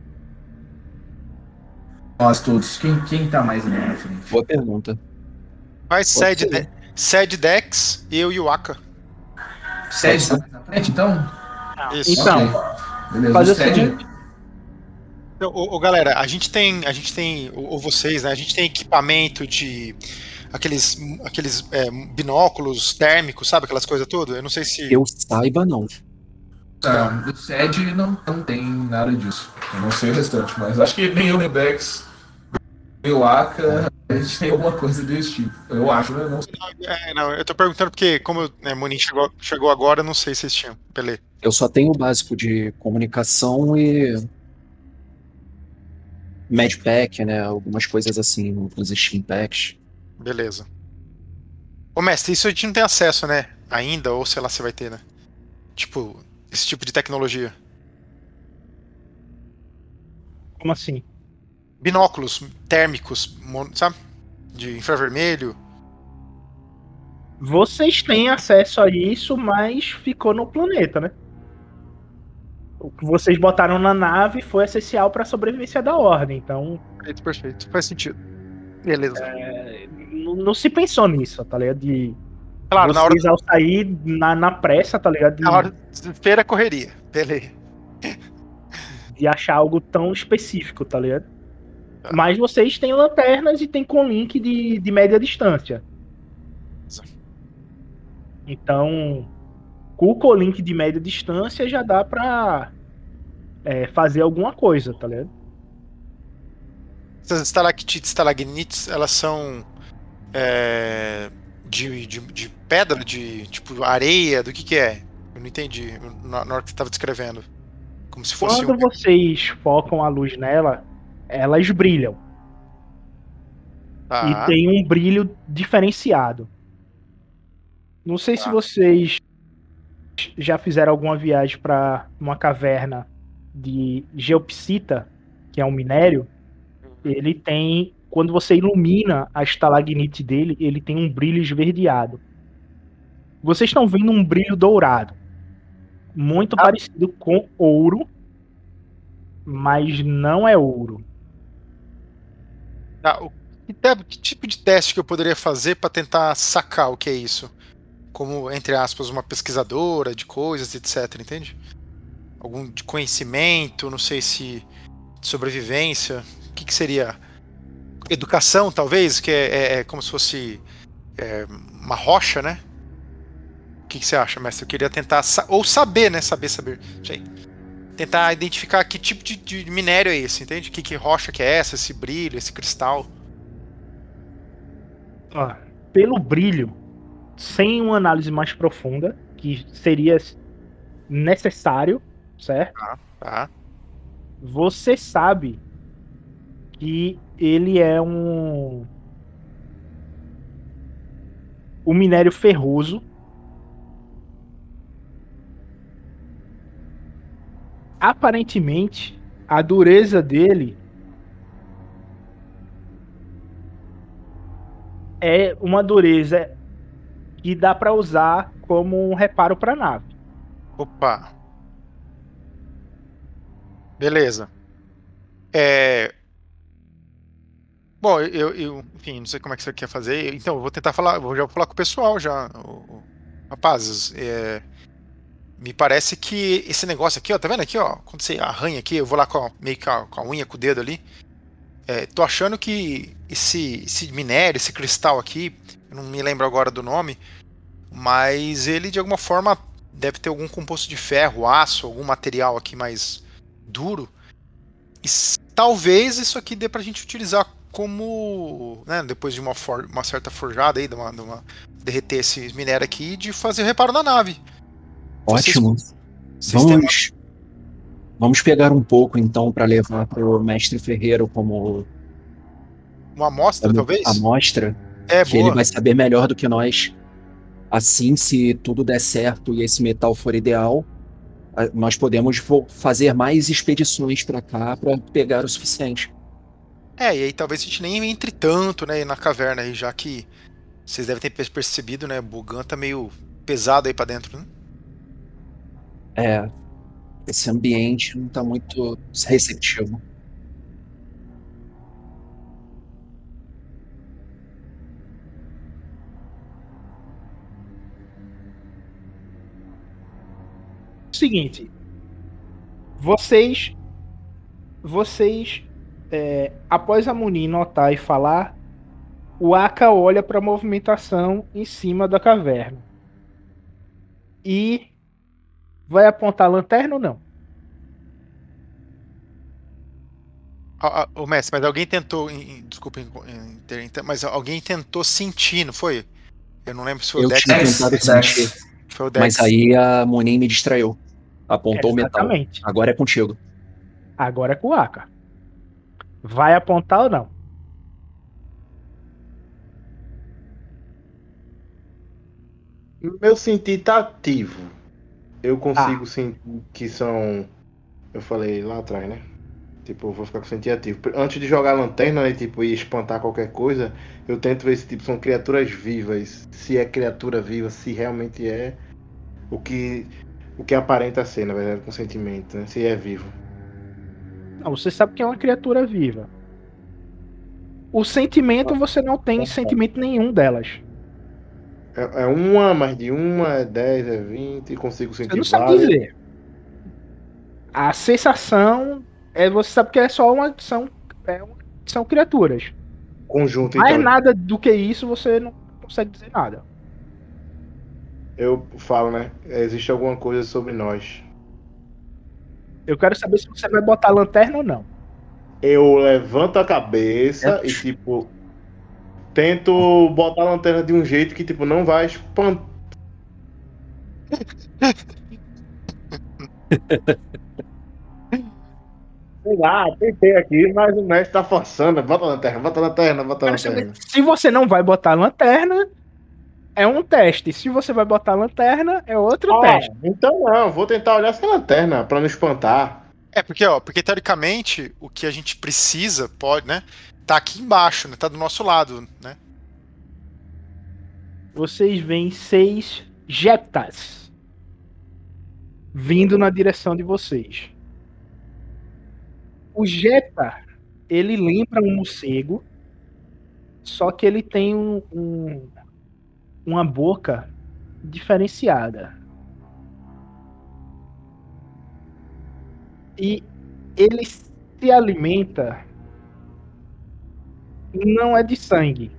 Nós todos. Quem, quem tá mais ali na frente? Boa pergunta. Vai Sed, ser. De... Sed Dex e eu e o Aka. Sede tá mais na frente, então? Isso. Então, Ok. Beleza, faz o o Sede- seguinte. Então, ô, ô, galera, a gente tem, a gente tem, ou ou vocês, né? A gente tem equipamento de aqueles, aqueles é, binóculos térmicos, sabe? Aquelas coisas todas. Eu não sei se. Eu saiba, não. Tá, o Sede não, não tem nada disso. Eu não sei o restante, mas acho que nem o Rebex, nem o Aka, a gente tem alguma coisa desse tipo. Eu acho, né? Não sei. É, não, eu tô perguntando porque, como né, Monin chegou, chegou agora, eu não sei se vocês tinham. Beleza. Eu só tenho o básico de comunicação e Medpack, né? Algumas coisas assim, uns Steam Packs. Beleza. Ô, mestre, isso a gente não tem acesso, né? Ainda, ou sei lá se vai ter, né? Tipo, esse tipo de tecnologia. Como assim? Binóculos térmicos, mon- sabe? De infravermelho. Vocês têm acesso a isso, mas ficou no planeta, né? O que vocês botaram na nave foi essencial para a sobrevivência da Ordem, então Perfeito, perfeito. Faz sentido. Beleza. não, não se pensou nisso, tá ligado? De Claro, na hora, vocês ao sair na, na pressa, tá ligado? De, na hora de feira correria. Beleza. de achar algo tão específico, tá ligado? Tá. Mas vocês têm lanternas e tem com link de, de média distância. Então, com o colink de média distância já dá pra é, fazer alguma coisa, tá ligado? Essas estalactites, estalagnites, elas são é, de, de, de pedra, de tipo areia, do que que é? Eu não entendi na, na hora que você estava descrevendo. Como se fosse Quando um... vocês focam a luz nela, elas brilham. Tá. E tem um brilho diferenciado. Não sei Tá. se vocês já fizeram alguma viagem para uma caverna de geopsita, que é um minério. Ele tem, quando você ilumina a estalagnite dele, ele tem um brilho esverdeado. Vocês estão vendo um brilho dourado, muito Ah. parecido com ouro, mas não é ouro. Tá, o- que, te- que tipo de teste que eu poderia fazer para tentar sacar o que é isso? Como, entre aspas, uma pesquisadora de coisas, etc, entende? Algum de conhecimento, não sei se sobrevivência? O que, que seria? Educação, talvez, que é, é- é como se fosse é, uma rocha, né? O que, que você acha, mestre? Eu queria tentar, sa- ou saber, né? Saber, saber. Não sei. Tentar identificar que tipo de, de minério é esse, entende? Que, que rocha que é essa, esse brilho, esse cristal. Ó, pelo brilho, sem uma análise mais profunda, que seria necessário, certo? Tá? Você sabe que ele é um um minério ferroso. Aparentemente, a dureza dele é uma dureza que dá para usar como um reparo para nave. Opa. Beleza. É... Bom, eu, eu, enfim, não sei como é que você quer fazer. Então, eu vou tentar falar, vou já vou falar com o pessoal já. O- o- Rapazes, é, me parece que esse negócio aqui, ó, tá vendo aqui, ó? Quando você arranha aqui, eu vou lá com a, meio que a, com a unha, com o dedo ali. É, tô achando que esse, esse minério, esse cristal aqui, eu não me lembro agora do nome, mas ele de alguma forma deve ter algum composto de ferro, aço, algum material aqui mais duro. E s- talvez isso aqui dê pra gente utilizar como, né, depois de uma, for- uma certa forjada aí, de uma, de uma- derreter esse minério aqui, de fazer o reparo na nave. Vocês, Ótimo. vocês têm uma, Vamos, vamos pegar um pouco então para levar para o mestre Ferreiro como, uma amostra, como talvez? amostra, É, que ele boa. vai saber melhor do que nós. Assim, se tudo der certo e esse metal for ideal, a- nós podemos vo- fazer mais expedições para cá para pegar o suficiente. É, e aí talvez a gente nem entre tanto, né, na caverna aí, já que vocês devem ter per- percebido, né, o Bogan tá meio pesado aí pra dentro, né? É, esse ambiente não está muito receptivo. Seguinte, vocês, vocês, é, após a Muni notar e falar, o Aka olha para a movimentação em cima da caverna e vai apontar a lanterna ou não? Ah, ah, Ô, mestre, mas alguém tentou, em- em- desculpa, em- em- inter- inter- mas alguém tentou sentir, não foi? Eu não lembro se foi o Eu Dex. tinha Dex, tentado Dex. sentir, Foi o mas Dex. aí a Monin me distraiu. Apontou o metal. Exatamente. Agora é contigo. Agora é com o Aka. Vai apontar ou não? Meu sentir tá ativo. Eu consigo Ah. sentir que são. Eu falei lá atrás, né? Tipo, eu vou ficar com sentir ativo. Antes de jogar a lanterna, né? Tipo, e espantar qualquer coisa, eu tento ver se tipo, são criaturas vivas. Se é criatura viva, se realmente é o que, o que aparenta ser, na verdade, com sentimento, né? Se é vivo. Não, você sabe que é uma criatura viva. O sentimento, você não tem sentimento nenhum delas. É, é uma, mais de uma, é dez, é vinte, consigo Você sentir não sabe várias. dizer. A sensação é você sabe que é só uma são, é uma, são criaturas. Conjunto, Mais então. nada do que isso você não consegue dizer nada. Eu falo, né? Existe alguma coisa sobre nós. Eu quero saber se você vai botar lanterna ou não. Eu levanto a cabeça É. e, tipo, tento botar a lanterna de um jeito que, tipo, não vai espantar. Sei lá, tentei aqui, mas o mestre tá forçando. Bota a lanterna, bota a lanterna, bota a Quero saber lanterna. se você não vai botar lanterna, é um teste. Se você vai botar lanterna, é outro Ah, teste. então não, vou tentar olhar essa lanterna pra não espantar. É, porque, ó, porque teoricamente o que a gente precisa, pode, né? Tá aqui embaixo, né? Tá do nosso lado, né? Vocês veem seis Jeptas vindo na direção de vocês. O Jepta, ele lembra um morcego, só que ele tem um, um- uma boca diferenciada. E ele se alimenta não é de sangue.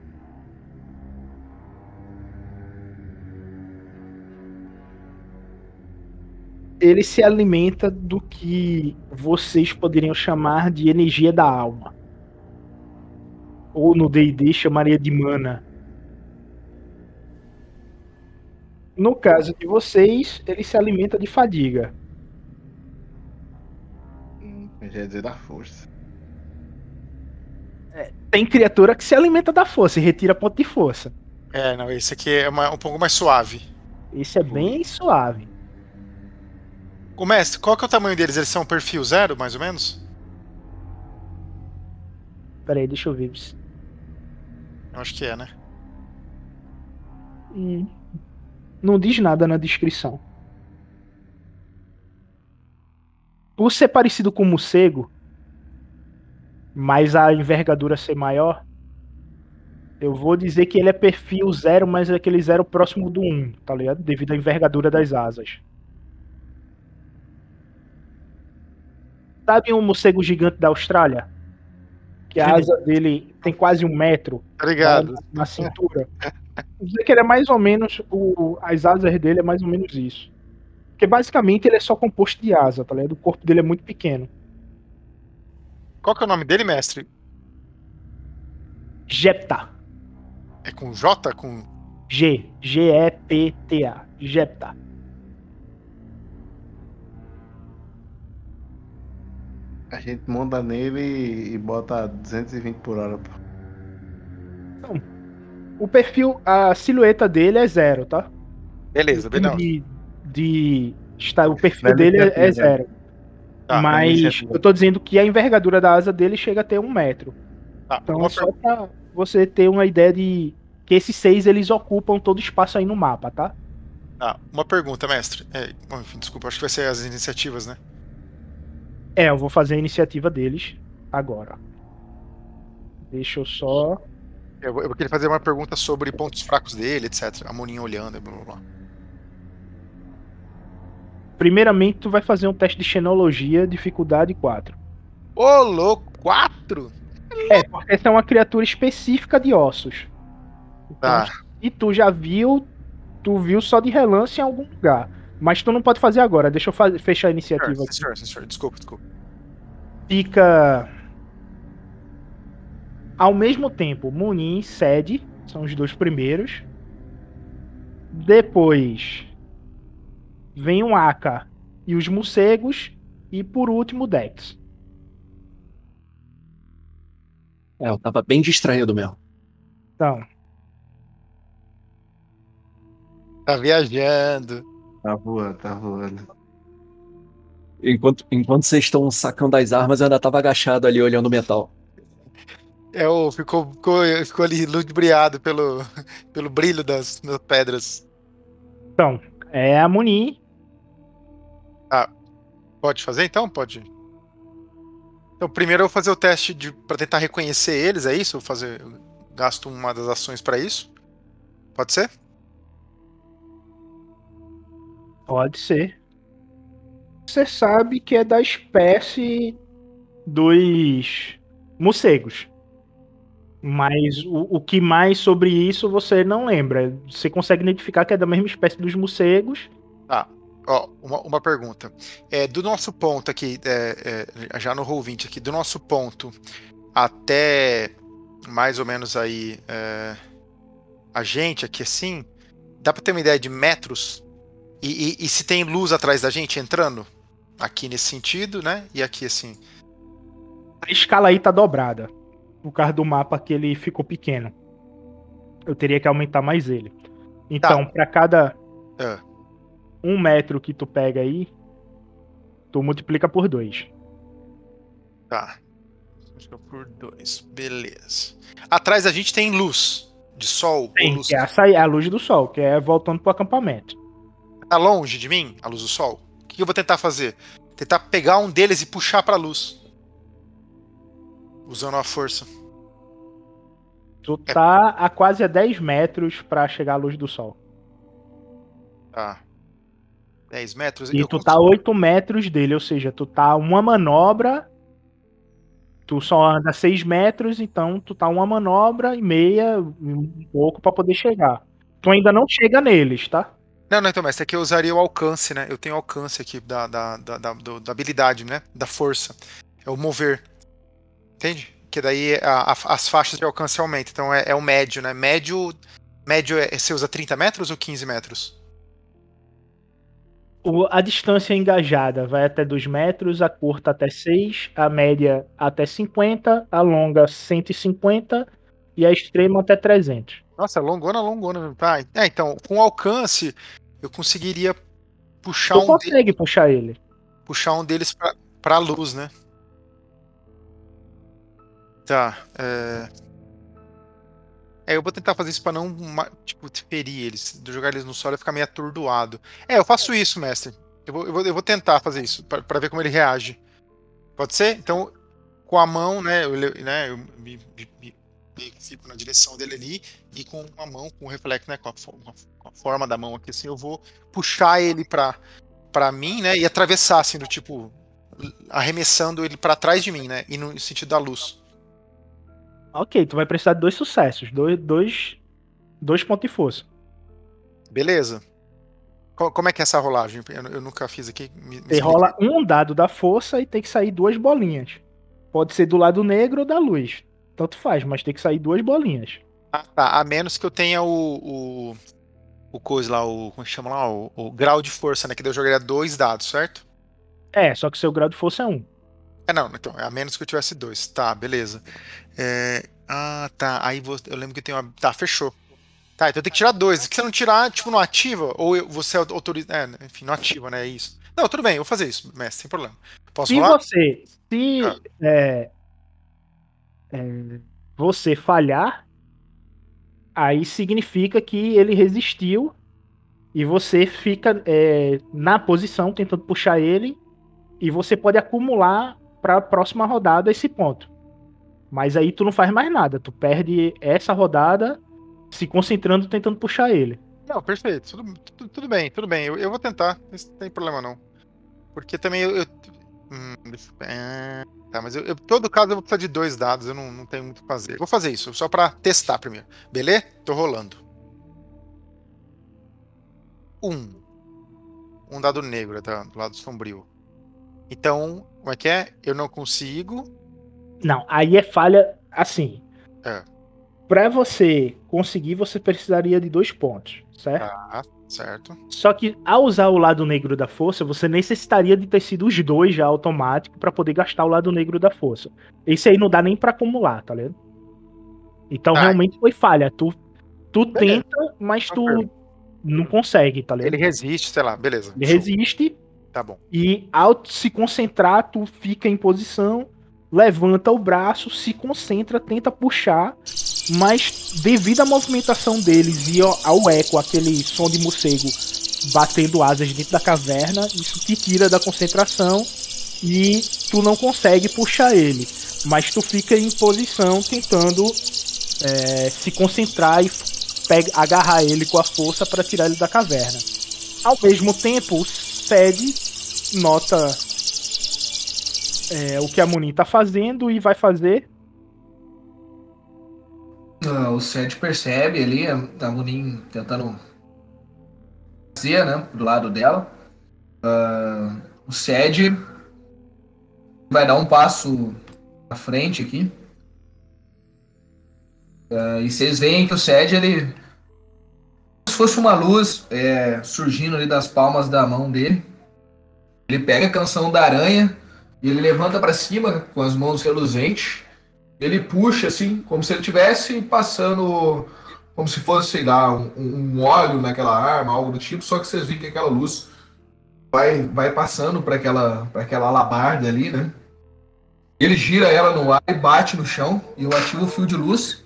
Ele se alimenta do que vocês poderiam chamar de energia da alma. Ou no D e D chamaria de mana. No caso de vocês, ele se alimenta de fadiga. Hum, quer dizer da força. Tem criatura que se alimenta da força e retira ponto de força. É, não, esse aqui é uma- um pouco mais suave. Esse é bem suave. O mestre, qual que é o tamanho deles? Eles são perfil zero, mais ou menos? Pera aí, deixa eu ver. Eu acho que é, né? Hum. Não diz nada na descrição. Por ser parecido com o morcego, mas a envergadura ser maior, eu vou dizer que ele é perfil zero, mas é aquele zero próximo do um, tá ligado? Devido à envergadura das asas. Sabe um morcego gigante da Austrália? Que a asa dele tem quase um metro. Obrigado. Na, na cintura. Vou dizer que ele é mais ou menos. O, as asas dele é mais ou menos isso. Porque basicamente ele é só composto de asa, tá ligado? O corpo dele é muito pequeno. Qual que é o nome dele, mestre? Gepta. É com J? Com... G. G E P T A. Gepta. A gente monta nele e bota duzentos e vinte por hora. Pô. Então, o perfil, a silhueta dele é zero, tá? Beleza, beleza. De, de, está, o perfil dele é, é zero. Tá, mas eu tô dizendo que a envergadura da asa dele chega a ter um metro. Tá, então uma é só pra você ter uma ideia de que esses seis eles ocupam todo o espaço aí no mapa, tá? Tá, uma pergunta, mestre. É, bom, enfim, desculpa, acho que vai ser as iniciativas, né? É, eu vou fazer a iniciativa deles agora. Deixa eu só... Eu, eu queria fazer uma pergunta sobre pontos fracos dele, etcétera. A Moninha olhando, blá blá blá. Primeiramente, tu vai fazer um teste de xenologia, dificuldade quatro. Ô, louco, quatro? É, porque essa é uma criatura específica de ossos. Então, Tá. e tu já viu, tu viu só de relance em algum lugar. Mas tu não pode fazer agora, deixa eu fazer, fechar a iniciativa Senhor, aqui. senhor, senhor, desculpa, desculpa. Fica... Ao mesmo tempo, Munin e Sed são os dois primeiros. Depois vem o Aka e os morcegos. E por último, o Dex. É, eu tava bem distraído mesmo. Então, Tá viajando. Tá voando, tá voando. Enquanto, enquanto vocês estão sacando as armas, eu ainda tava agachado ali olhando o metal. É, o, ficou, ficou, ficou ali ludibriado pelo, pelo brilho das, das pedras. então é a Munin. Pode fazer então? Pode. Então, primeiro eu vou fazer o teste de, pra tentar reconhecer eles, é isso? Eu vou fazer, eu gasto uma das ações pra isso. Pode ser? Pode ser. Você sabe que é da espécie dos morcegos. Mas o, o que mais sobre isso você não lembra. Você consegue identificar que é da mesma espécie dos morcegos. Tá. Ó, uma, uma pergunta. É, do nosso ponto aqui, é, é, já no roll vinte aqui, do nosso ponto até mais ou menos aí é, a gente aqui assim, dá pra ter uma ideia de metros? E, e, e se tem luz atrás da gente entrando? Aqui nesse sentido, né? E aqui assim. A escala aí tá dobrada. Por causa do mapa que ele ficou pequeno. Eu teria que aumentar mais ele. Então, Tá. pra cada É. um metro que tu pega aí, tu multiplica por dois. Tá. Por dois. Beleza. Atrás da gente tem luz de sol. ou Tem, luz... que é essa aí, a luz do sol, que é voltando pro acampamento. Tá longe de mim a luz do sol? O que eu vou tentar fazer? Tentar pegar um deles e puxar pra luz. Usando a força. Tu tá a quase a dez metros pra chegar à luz do sol. Tá. dez metros. E eu tu consigo... tá a oito metros dele, ou seja, tu tá uma manobra Tu só anda seis metros, então tu tá uma manobra e meia, um pouco pra poder chegar. Tu ainda não chega neles, tá? Não, não, então, mestre, é que eu usaria o alcance, né? Eu tenho alcance aqui da, da, da, da, do- da habilidade, né? Da força. É o mover. Entende? Que daí a- a- as faixas de alcance aumentam. Então é, é o médio, né? Médio. Médio é. Você usa trinta metros ou quinze metros? O- a distância engajada vai até dois metros, a curta até seis, a média até cinquenta, a longa cento e cinquenta e a extrema até trezentos. Nossa, longona, longona. Tá. É, então, com alcance, eu conseguiria puxar Tu um, de- consegue puxar ele. puxar um deles pra, pra luz, né? Tá. É... é, eu vou tentar fazer isso pra não, ma- tipo, ferir eles. De jogar eles no solo e ficar meio atordoado. É, eu faço isso, mestre. Eu vou, eu vou, eu vou tentar fazer isso, pra, pra ver como ele reage. Pode ser? Então, com a mão, né? Eu, le- né, eu me, me- me- me fico na direção dele ali e com a mão, com o reflexo, né? Com a, fo- com a forma da mão aqui, assim, eu vou puxar ele pra, pra mim, né? E atravessar, assim, do tipo. Arremessando ele pra trás de mim, né? E no sentido da luz. Ok, tu vai precisar de dois sucessos, dois, dois, dois pontos de força. Beleza. Co- Como é que é essa rolagem? Eu, eu nunca fiz aqui. Me, me Você explica rola aí. um dado da força e tem que sair duas bolinhas. Pode ser do lado negro ou da luz. Tanto faz, mas tem que sair duas bolinhas. Ah, tá. A menos que eu tenha o. O, o coisa lá, o. Como é que chama lá? O, o grau de força, né? Que daí eu jogaria dois dados, certo? É, só que seu grau de força é um. É, não, então, é a menos que eu tivesse dois. Tá, beleza. É, ah, tá. Aí vou- eu lembro que tem uma. Tá, fechou. Tá, então tem que tirar dois. Se você não tirar, tipo, não ativa, ou eu- você autoriza. É, enfim, não ativa, né? É isso. Não, tudo bem, eu vou fazer isso, mestre, sem problema. Posso Se rolar? você, se Ah. é, é, você falhar, aí significa que ele resistiu e você fica é, na posição tentando puxar ele e você pode acumular para a próxima rodada esse ponto. Mas aí tu não faz mais nada, tu perde essa rodada se concentrando tentando puxar ele. Não, perfeito. Tudo, tudo, tudo bem, tudo bem. Eu, eu vou tentar. Isso não tem problema, não. Porque também eu. eu- hum, deixa eu- é, tá, mas eu, eu- todo caso eu vou precisar de dois dados, eu não, não tenho muito o que fazer. Eu vou fazer isso, só pra testar primeiro. Beleza? Tô rolando. Um. Um dado negro, tá? Do lado sombrio. Então, como é que é? Eu não consigo. Não, aí é falha assim. É. Pra você conseguir, você precisaria de dois pontos, certo? Tá, certo. Só que ao usar o lado negro da força, você necessitaria de ter sido os dois já automático pra poder gastar o lado negro da força. Esse aí não dá nem pra acumular, tá ligado? Então Tá. realmente foi falha. Tu, tu Beleza. tenta, mas Tranquilo. tu não consegue, tá ligado? Ele resiste, sei lá, beleza. Ele Show. resiste Tá bom. e ao se concentrar, tu fica em posição, levanta o braço, se concentra, tenta puxar, mas devido à movimentação deles e ao, ao eco, aquele som de morcego batendo asas dentro da caverna, isso te tira da concentração e tu não consegue puxar ele. Mas tu fica em posição tentando é, se concentrar e pega, agarrar ele com a força para tirar ele da caverna. Ao mesmo tempo, o Ced nota é, o que a Munin tá fazendo e vai fazer. Ah, o Seth percebe ali, a a Munin tentando fazer, né, do lado dela. Ah, o Sed vai dar um passo à frente aqui. Ah, e vocês veem que o Sed, ele, como se fosse uma luz é, surgindo ali das palmas da mão dele. Ele pega a canção da aranha e ele levanta para cima com as mãos reluzentes. Ele puxa assim, como se ele estivesse passando, como se fosse, sei lá, um, um óleo naquela arma, algo do tipo. Só que vocês veem que aquela luz vai, vai passando para aquela, para aquela alabarda ali, né? Ele gira ela no ar e bate no chão e eu ativo o fio de luz.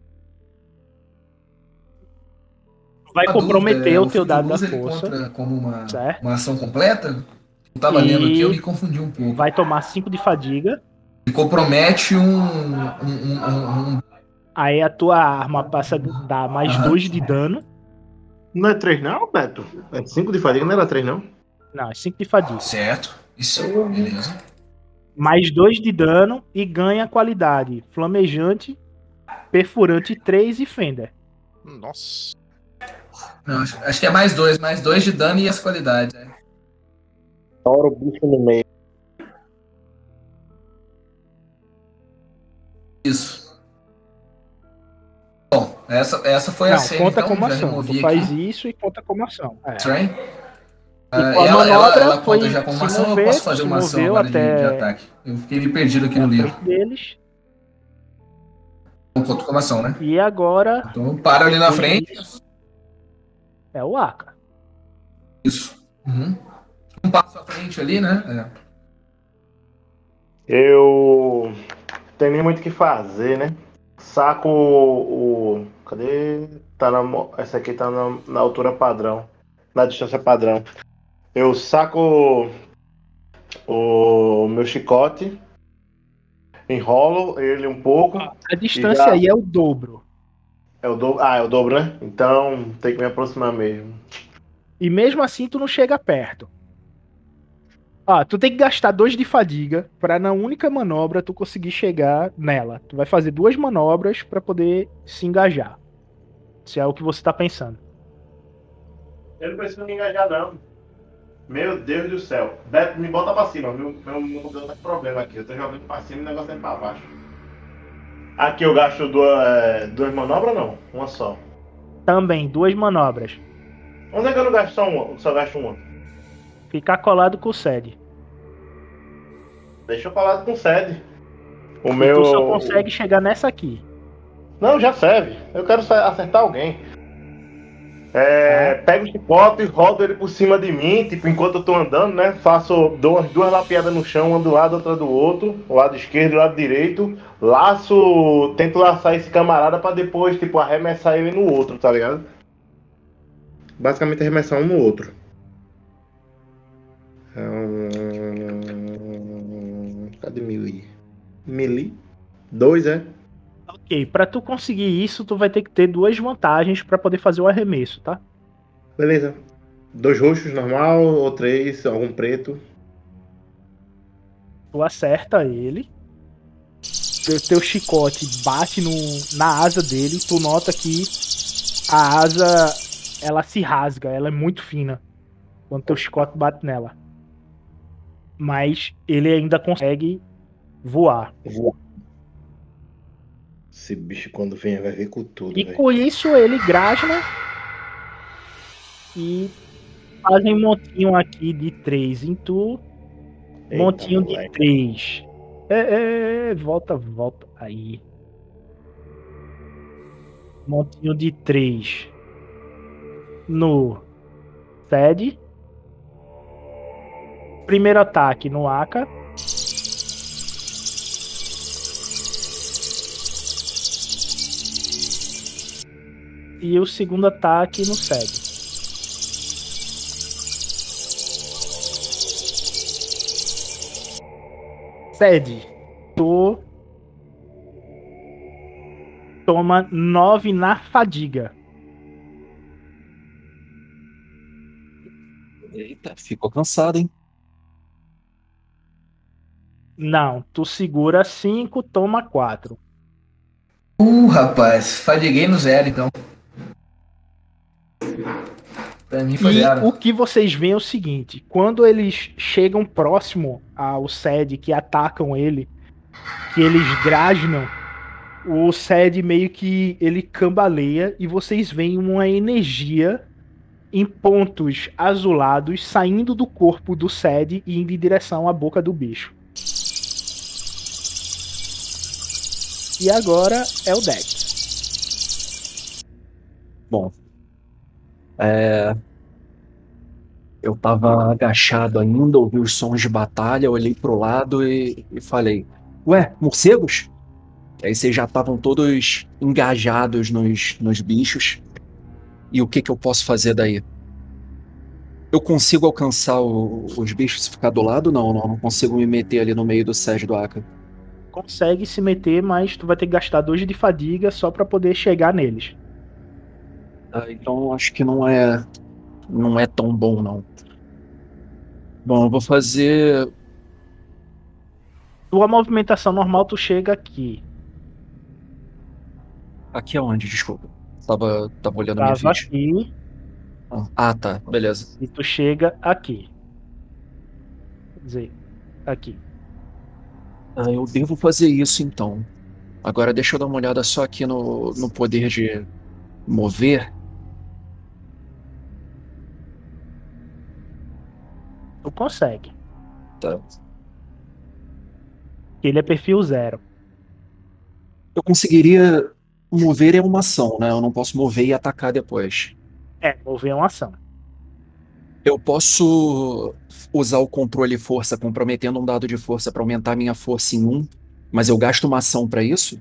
Vai Uma comprometer dúvida, o teu fio de dado da luz, ele força. conta como uma, Certo. uma ação completa. Eu tava lendo aqui, eu me E confundi um pouco. vai tomar cinco de fadiga. Ele compromete um, um, um, um, um Aí a tua arma passa a dar mais Aham. dois de dano. Não é três não, Beto? É cinco de fadiga, não era três não? Não, é cinco de fadiga. certo. Isso, beleza. mais dois de dano e ganha qualidade flamejante, perfurante três e fender. Nossa. Não, acho, acho que é mais dois, mais dois de dano e as qualidades. Né? Tora o bicho no meio. Isso. Bom, essa, essa foi Não, a cena, conta então, como já ação. removi Tu faz aqui. isso e conta como ação. É. Train. E Ah, com a ela, ela, manobra ela foi conta já como se uma ação ou eu mover, posso fazer se uma ação moveu agora de, de até ataque? Eu fiquei me perdido aqui no na livro. frente deles. Não conta como ação, né? E agora, Então eu paro ali na depois frente. disso, é o Aka. Isso. Uhum. Um passo à frente ali, né? É. Eu tenho nem muito o que fazer, né? Saco o. o- cadê? Tá na, mo- essa aqui tá na, na altura padrão. Na distância padrão. Eu saco o meu chicote, enrolo ele um pouco. A distância já- aí é o dobro. É o dobro. Ah, é o dobro, né? Então tem que me aproximar mesmo. E mesmo assim tu não chega perto. Ó, tu tem que gastar dois de fadiga pra na única manobra tu conseguir chegar nela. Tu vai fazer duas manobras pra poder se engajar. Se é o que você tá pensando. Eu não preciso me engajar, não. Meu Deus do céu. Beto, me bota pra cima, viu? Meu mudou tá com problema aqui. Eu tô jogando pra cima e o negócio é pra baixo. Aqui eu gasto duas, é, duas manobras ou não? Uma só. Também, duas manobras. Onde é que eu não gasto só uma? Só gasto uma? Ficar colado com o sede. Deixa eu falar com sede. O E meu. tu só consegue chegar nessa aqui. Não, já serve. Eu quero sa- acertar alguém. É, pego o chicote e rodo ele por cima de mim, tipo, enquanto eu tô andando, né? Faço, dou umas duas lapeadas no chão, um do lado, outra do outro, o lado esquerdo e o lado direito. Laço, tento laçar esse camarada pra depois, tipo, arremessar ele no outro, tá ligado? Basicamente arremessar um no outro. Hum... Cadê melee? Melee? Dois, é? Ok, pra tu conseguir isso, tu vai ter que ter duas vantagens pra poder fazer o arremesso, tá? Beleza. Dois roxos normal, ou três, algum preto. Tu acerta ele. Teu, teu chicote bate no, na asa dele. Tu nota que a asa, ela se rasga. Ela é muito fina quando teu chicote bate nela. Mas ele ainda consegue voar. Voar. Esse bicho quando vem vai vir com tudo, E velho. com isso ele grasna. E fazem um montinho aqui de três em tu. Eita, Montinho de moleque. três. É, é, volta, volta. Aí. Montinho de três. No Sed. Primeiro ataque no Aka. E o segundo ataque no Sed. Sed, tu toma nove na fadiga. Eita, ficou cansado, hein? Não, tu segura cinco, toma quatro. Uh, rapaz, fadiguei no zero, então. Pra mim foi E zero. o que vocês veem é o seguinte: quando eles chegam próximo ao Sed, que atacam ele, que eles grasnam, o Sed meio que ele cambaleia e vocês veem uma energia em pontos azulados saindo do corpo do Sed e indo em direção à boca do bicho. E agora é o Dex. Bom. É... Eu tava agachado ainda, ouvi os sons de batalha, olhei pro lado e, e falei: Ué, morcegos? Aí vocês já estavam todos engajados nos, nos bichos. E o que que eu posso fazer daí? Eu consigo alcançar o- os bichos e ficar do lado? Não, não, não consigo me meter ali no meio do Sérgio do Aka. Consegue se meter, mas tu vai ter que gastar dois de fadiga só pra poder chegar neles. Ah, então acho que não é, não é tão bom, não. Bom, eu vou fazer Tua movimentação normal, tu chega aqui. Aqui é onde? Desculpa. Tava, tava olhando a minha Tava ficha. aqui Ah, tá. Beleza. e tu chega aqui. Quer dizer, aqui. Ah, eu devo fazer isso então. Agora deixa eu dar uma olhada só aqui no, no poder de mover. Tu consegue. Tá. Ele é perfil zero. Eu conseguiria mover é uma ação, né? Eu não posso mover e atacar depois. É, mover é uma ação. Eu posso usar o controle força comprometendo um dado de força para aumentar minha força em um, mas eu gasto uma ação para isso?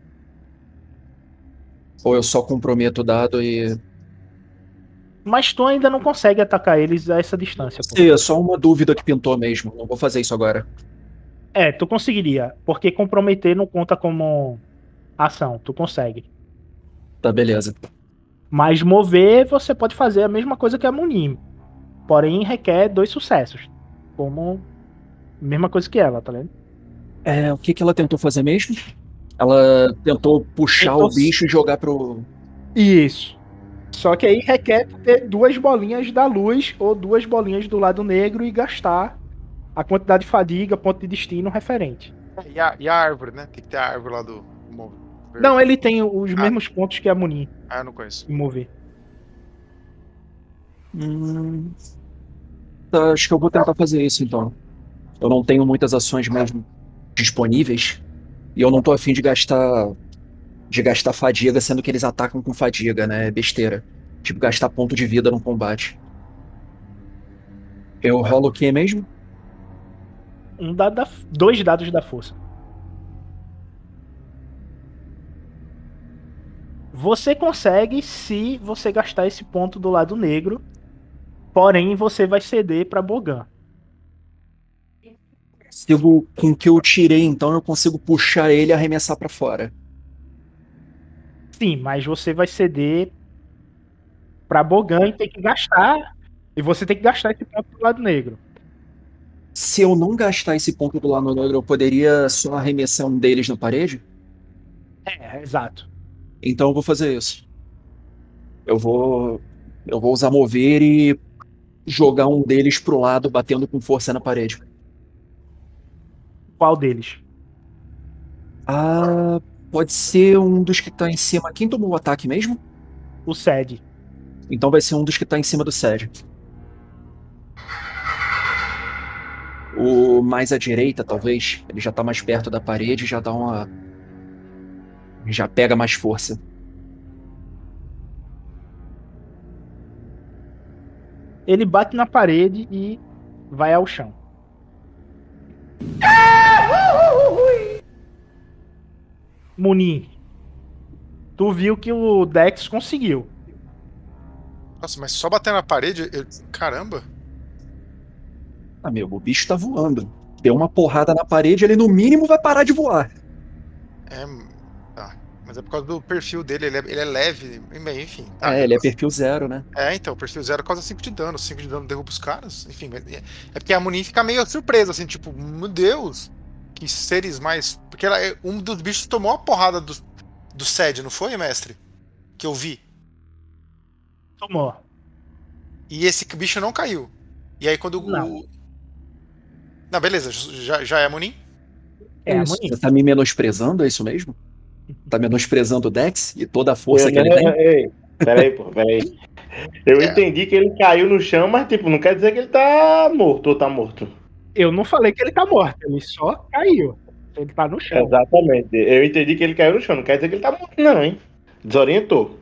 Ou eu só comprometo o dado e. Mas tu ainda não consegue atacar eles a essa distância. Pô. Sim, é só uma dúvida que pintou mesmo. Não vou fazer isso agora. É, tu conseguiria. Porque comprometer não conta como ação. Tu consegue. Tá, beleza. Mas mover, você pode fazer a mesma coisa que a Munim. Porém, requer dois sucessos. Como. Mesma coisa que ela, tá vendo? É, o que que ela tentou fazer mesmo? Ela tentou puxar Tentou- o bicho e jogar pro. Isso. Só que aí requer ter duas bolinhas da luz ou duas bolinhas do lado negro e gastar a quantidade de fadiga, ponto de destino referente. E a, e a árvore, né? Tem que ter a árvore lá do. do Não, ele tem os Ah. mesmos pontos que a Munim Ah, eu não conheço. em mover. Hum... Tá, acho que eu vou tentar fazer isso então. Eu não tenho muitas ações mesmo disponíveis. E eu não tô afim de gastar. De gastar fadiga, sendo que eles atacam com fadiga, né? É besteira. Tipo, gastar ponto de vida no combate. Eu rolo o quê mesmo? Um dado da, dois dados da força. Você consegue se você gastar esse ponto do lado negro. Porém, você vai ceder pra Bogan. Consigo, com o que eu tirei, então, eu consigo puxar ele e arremessar pra fora. Sim, mas você vai ceder pra Bogan e tem que gastar. E você tem que gastar esse ponto do lado negro. Se eu não gastar esse ponto do lado negro, eu poderia só arremessar um deles na parede? É, exato. Então eu vou fazer isso. Eu vou. Eu vou usar mover e jogar um deles pro lado, batendo com força na parede. Qual deles? Ah, pode ser um dos que tá em cima. Quem tomou o ataque mesmo? O Sed. Então vai ser um dos que tá em cima do Sed. O mais à direita, talvez. Ele já tá mais perto da parede, já dá uma. Já pega mais força. Ele bate na parede e vai ao chão. Munim, tu viu que o Dex conseguiu. Nossa, mas só bater na parede. eu- Caramba. Amigo, o bicho tá voando. Deu uma porrada na parede, ele no mínimo vai parar de voar. É. Tá. Mas é por causa do perfil dele, ele é, ele é leve. Bem, enfim. Tá. É, ele é perfil zero, né? É, então, o perfil zero causa cinco de dano. cinco de dano derruba os caras. Enfim, mas é é porque a Munin fica meio surpresa, assim, tipo, meu Deus, que seres mais. Porque ela, é- um dos bichos tomou uma porrada do, do Sed, não foi, mestre? Que eu vi. Tomou. E esse bicho não caiu. E aí quando Não. o. Não, beleza, já, já é a Munin? É a Isso. Munin. Você tá me menosprezando, é isso mesmo? Tá menosprezando o Dex e toda a força Eu que ele não- tem? Ei, peraí, pô, peraí. Eu É. entendi que ele caiu no chão, mas tipo, não quer dizer que ele tá morto ou tá morto. Eu não falei que ele tá morto, ele só caiu. Ele tá no chão. Exatamente. Eu entendi que ele caiu no chão, não quer dizer que ele tá morto, não, hein? Desorientou.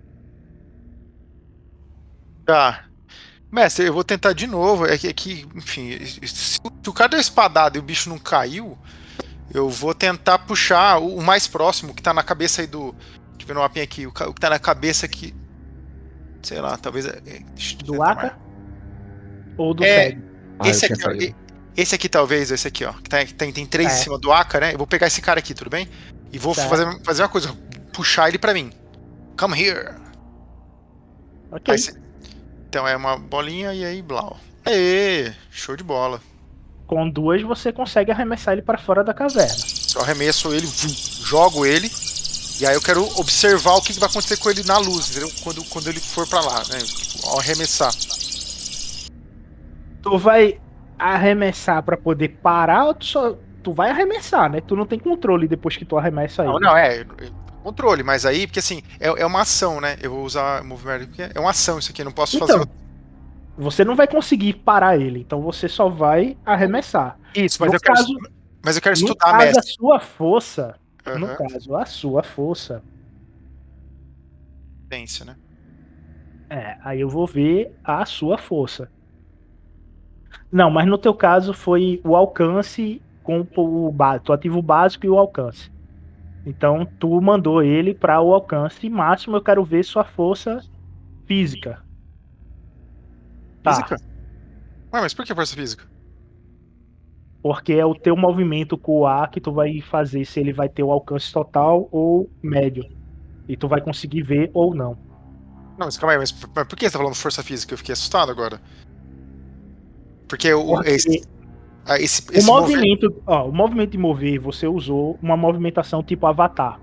Tá. Mestre, eu vou tentar de novo. É que, é que, enfim, se o cara deu espadada e o bicho não caiu, eu vou tentar puxar o, o mais próximo, que tá na cabeça aí do. Deixa eu ver no mapinha aqui. O, ca- o que tá na cabeça aqui. Sei lá, talvez. é- é- deixa eu Do tentar Aka mais. ou do É, Sed? Ah, Esse eu aqui, tinha ó, caído. e- esse aqui talvez, esse aqui, ó. Que tá- tem, tem três É. em cima do Aka, né? Eu vou pegar esse cara aqui, tudo bem? E vou Certo. fazer, fazer uma coisa, puxar ele pra mim. Come here. Ok. Aí cê- Então é uma bolinha e aí blau. Aê, show de bola. Com duas você consegue arremessar ele para fora da caverna. Eu arremesso ele, vum, jogo ele, e aí eu quero observar o que, que vai acontecer com ele na luz, entendeu? Quando, quando ele for pra lá, né? Tipo, ao arremessar. Tu vai arremessar pra poder parar ou tu só... Tu vai arremessar, né? Tu não tem controle depois que tu arremessa ele. Não, não, é... Controle, mas aí, porque assim, é, é uma ação, né? Eu vou usar movimento porque é uma ação isso aqui, eu não posso Então, fazer... você não vai conseguir parar ele, então você só vai arremessar. Isso, mas no eu quero, caso, mas eu quero no estudar, caso, mestre. a sua força, Uhum. no caso, a sua força, Potência, né? é, aí eu vou ver a sua força. Não, mas no teu caso foi o alcance com o básico, tu ativa o básico e o alcance. Então tu mandou ele para o alcance máximo, eu quero ver sua força física. Tá. Física? Ué, mas por que força física? Porque é o teu movimento com o A que tu vai fazer se ele vai ter o alcance total ou médio. E tu vai conseguir ver ou não. Não, mas calma aí, mas, mas por que você tá falando força física? Eu fiquei assustado agora. Porque o, Porque esse, ah, esse, o esse movimento, ó, o movimento de mover, você usou uma movimentação tipo avatar.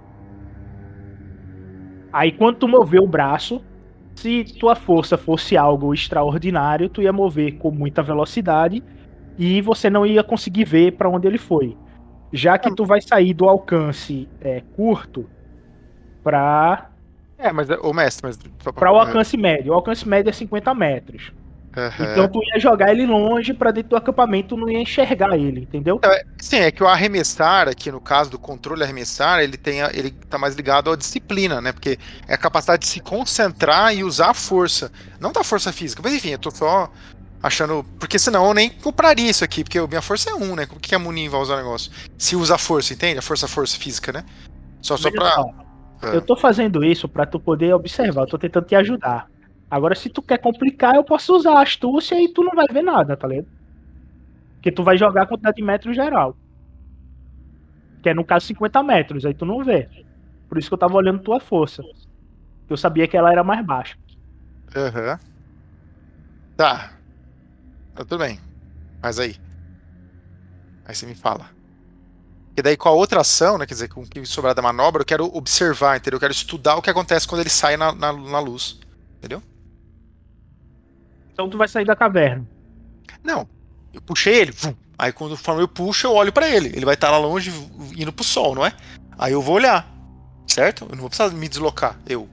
Aí quando tu mover o braço, se tua força fosse algo extraordinário, tu ia mover com muita velocidade e você não ia conseguir ver para onde ele foi. Já que tu vai sair do alcance é, curto para É, mas, ô mestre, mas... para o alcance médio. O alcance médio é cinquenta metros. Uhum. Então tu ia jogar ele longe para dentro do acampamento, tu não ia enxergar ele, entendeu? É, sim, é que o arremessar aqui, no caso do controle arremessar, ele, tem a, ele tá mais ligado à disciplina, né? Porque é a capacidade de se concentrar e usar a força. Não da força física, mas enfim, eu tô só achando... Porque senão eu nem compraria isso aqui, porque a minha força é um, né? Como que a Munin vai usar o negócio? Se usa a força, entende? A força, força física, né? Só, só pra... Eu tô fazendo isso pra tu poder observar, eu tô tentando te ajudar. Agora, se tu quer complicar, eu posso usar a astúcia e tu não vai ver nada, tá ligado? Porque tu vai jogar a quantidade de metros geral. Que é, no caso, cinquenta metros, aí tu não vê. Por isso que eu tava olhando tua força. Eu sabia que ela era mais baixa. Aham. Uhum. Tá. Tá, tudo bem. Mas aí. Aí você me fala. E daí com a outra ação, né? Quer dizer, com o que sobrar da manobra, eu quero observar, entendeu? Eu quero estudar o que acontece quando ele sai na, na, na luz. Entendeu? Então tu vai sair da caverna. Não. Eu puxei ele. Vum. Aí quando eu puxo, eu olho pra ele. Ele vai estar lá longe, indo pro sol, não é? Aí eu vou olhar. Certo? Eu não vou precisar me deslocar. Eu.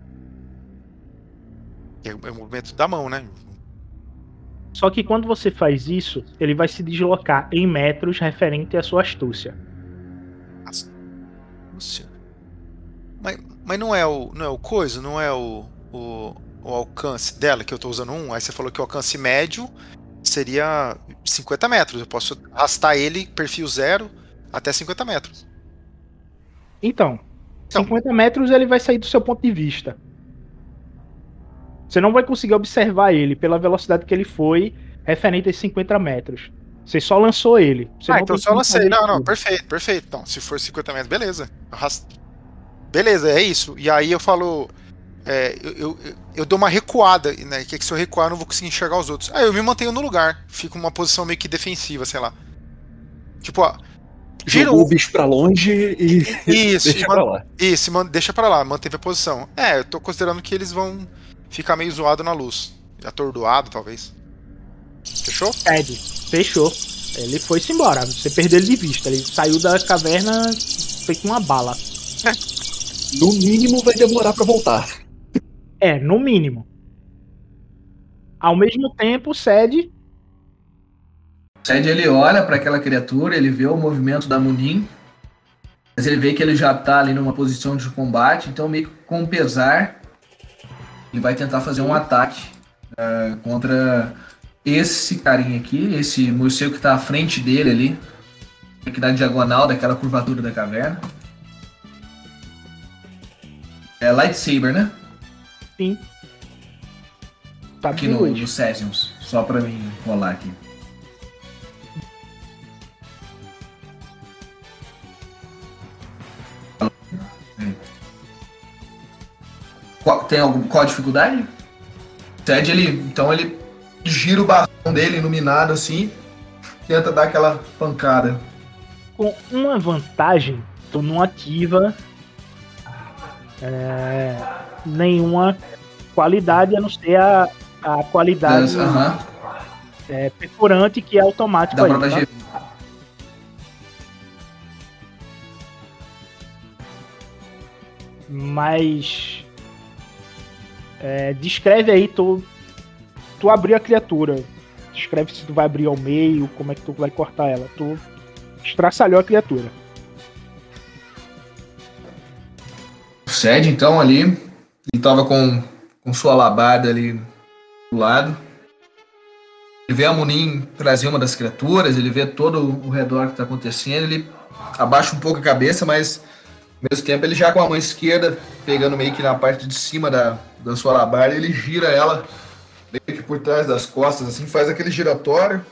É o movimento da mão, né? Só que quando você faz isso, ele vai se deslocar em metros referente à sua astúcia. Astúcia? Mas, mas não é o não é o coisa, não é o, o, o alcance dela, que eu tô usando um. Aí você falou que o alcance médio seria cinquenta metros. Eu posso arrastar ele, perfil zero, até cinquenta metros. Então, Então, cinquenta metros ele vai sair do seu ponto de vista. Você não vai conseguir observar ele pela velocidade que ele foi referente a cinquenta metros. Você só lançou ele. Você ah, não então tem só como lancei. fazer Não, não, tudo. perfeito, perfeito. Então, se for cinquenta metros, beleza. Arrast... Beleza, é isso. E aí eu falo. É, eu, eu, eu dou uma recuada, né? Que, é que se eu recuar eu não vou conseguir enxergar os outros. Aí eu me mantenho no lugar. Fico numa posição meio que defensiva, sei lá. Tipo, ó. Gira Jogou o o bicho pra longe e Isso, deixa e pra man- lá. Isso, man- deixa pra lá, manteve a posição. É, eu tô considerando que eles vão ficar meio zoado na luz. Atordoado, talvez. Fechou? Ed, fechou. Ele foi-se embora. Você perdeu ele de vista. Ele saiu da caverna feito uma bala. No mínimo vai demorar pra voltar. É, no mínimo. Ao mesmo tempo, o Ced. O Ced, ele olha para aquela criatura, ele vê o movimento da Munin, mas ele vê que ele já tá ali numa posição de combate, então meio que com pesar, ele vai tentar fazer um ataque uh, contra esse carinha aqui, esse morcego que tá à frente dele ali, aqui na diagonal daquela curvatura da caverna. É lightsaber, né? Sim. Tá Aqui de no, luz. no Sessions, só pra mim rolar aqui. Qual, tem algum, qual a dificuldade? Ted, ele, então ele gira o bastão dele iluminado assim, tenta dar aquela pancada. com uma vantagem, tu não ativa é, nenhuma qualidade, a não ser a, a qualidade Aham. é, perfurante, que é automático Dá aí, pra tá? proteger. Mas é, descreve aí, tu, tu abrir a criatura. Descreve se tu vai abrir ao meio, como é que tu vai cortar ela. Tu estraçalhou a criatura. O Sed, então, ali, ele tava com, com sua alabarda ali do lado. Ele vê a Munin trazer uma das criaturas, ele vê todo o redor que tá acontecendo, ele abaixa um pouco a cabeça, mas ao mesmo tempo ele já com a mão esquerda, pegando meio que na parte de cima da, da sua alabarda, ele gira ela meio que por trás das costas, assim, faz aquele giratório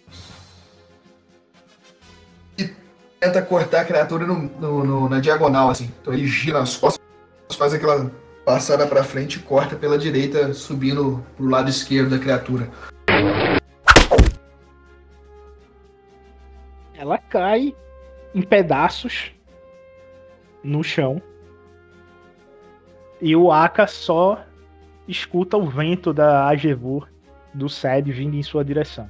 e tenta cortar a criatura no, no, no, na diagonal, assim. Então ele gira as costas, faz aquela passada pra frente e corta pela direita, subindo pro lado esquerdo da criatura. Ela cai em pedaços no chão. E o Aka só escuta o vento da Agevur do Sed vindo em sua direção.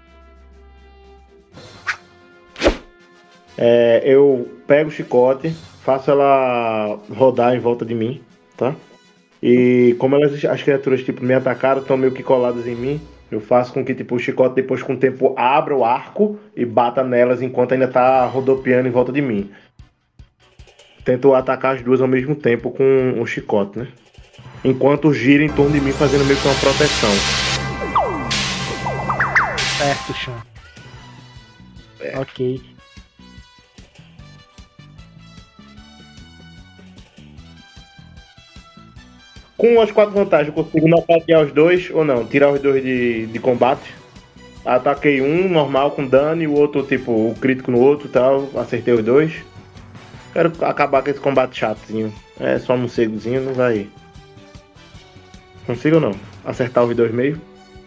É, eu pego o chicote, faço ela rodar em volta de mim, tá? E como elas, as criaturas tipo, me atacaram, estão meio que coladas em mim, eu faço com que tipo, o chicote depois com o tempo abra o arco e bata nelas enquanto ainda tá rodopiando em volta de mim. Tento atacar as duas ao mesmo tempo com o chicote, né? Enquanto gira em torno de mim, fazendo meio que uma proteção. Certo, Sean. É. Ok. Com as quatro vantagens, eu consigo nocautear os dois ou não? Tirar os dois de, de combate. Ataquei um normal com dano e o outro, tipo, o crítico no outro e tal. Acertei os dois. Quero acabar com esse combate chatozinho. É só um morcegozinho, não vai. Consigo ou não? Acertar os dois meio?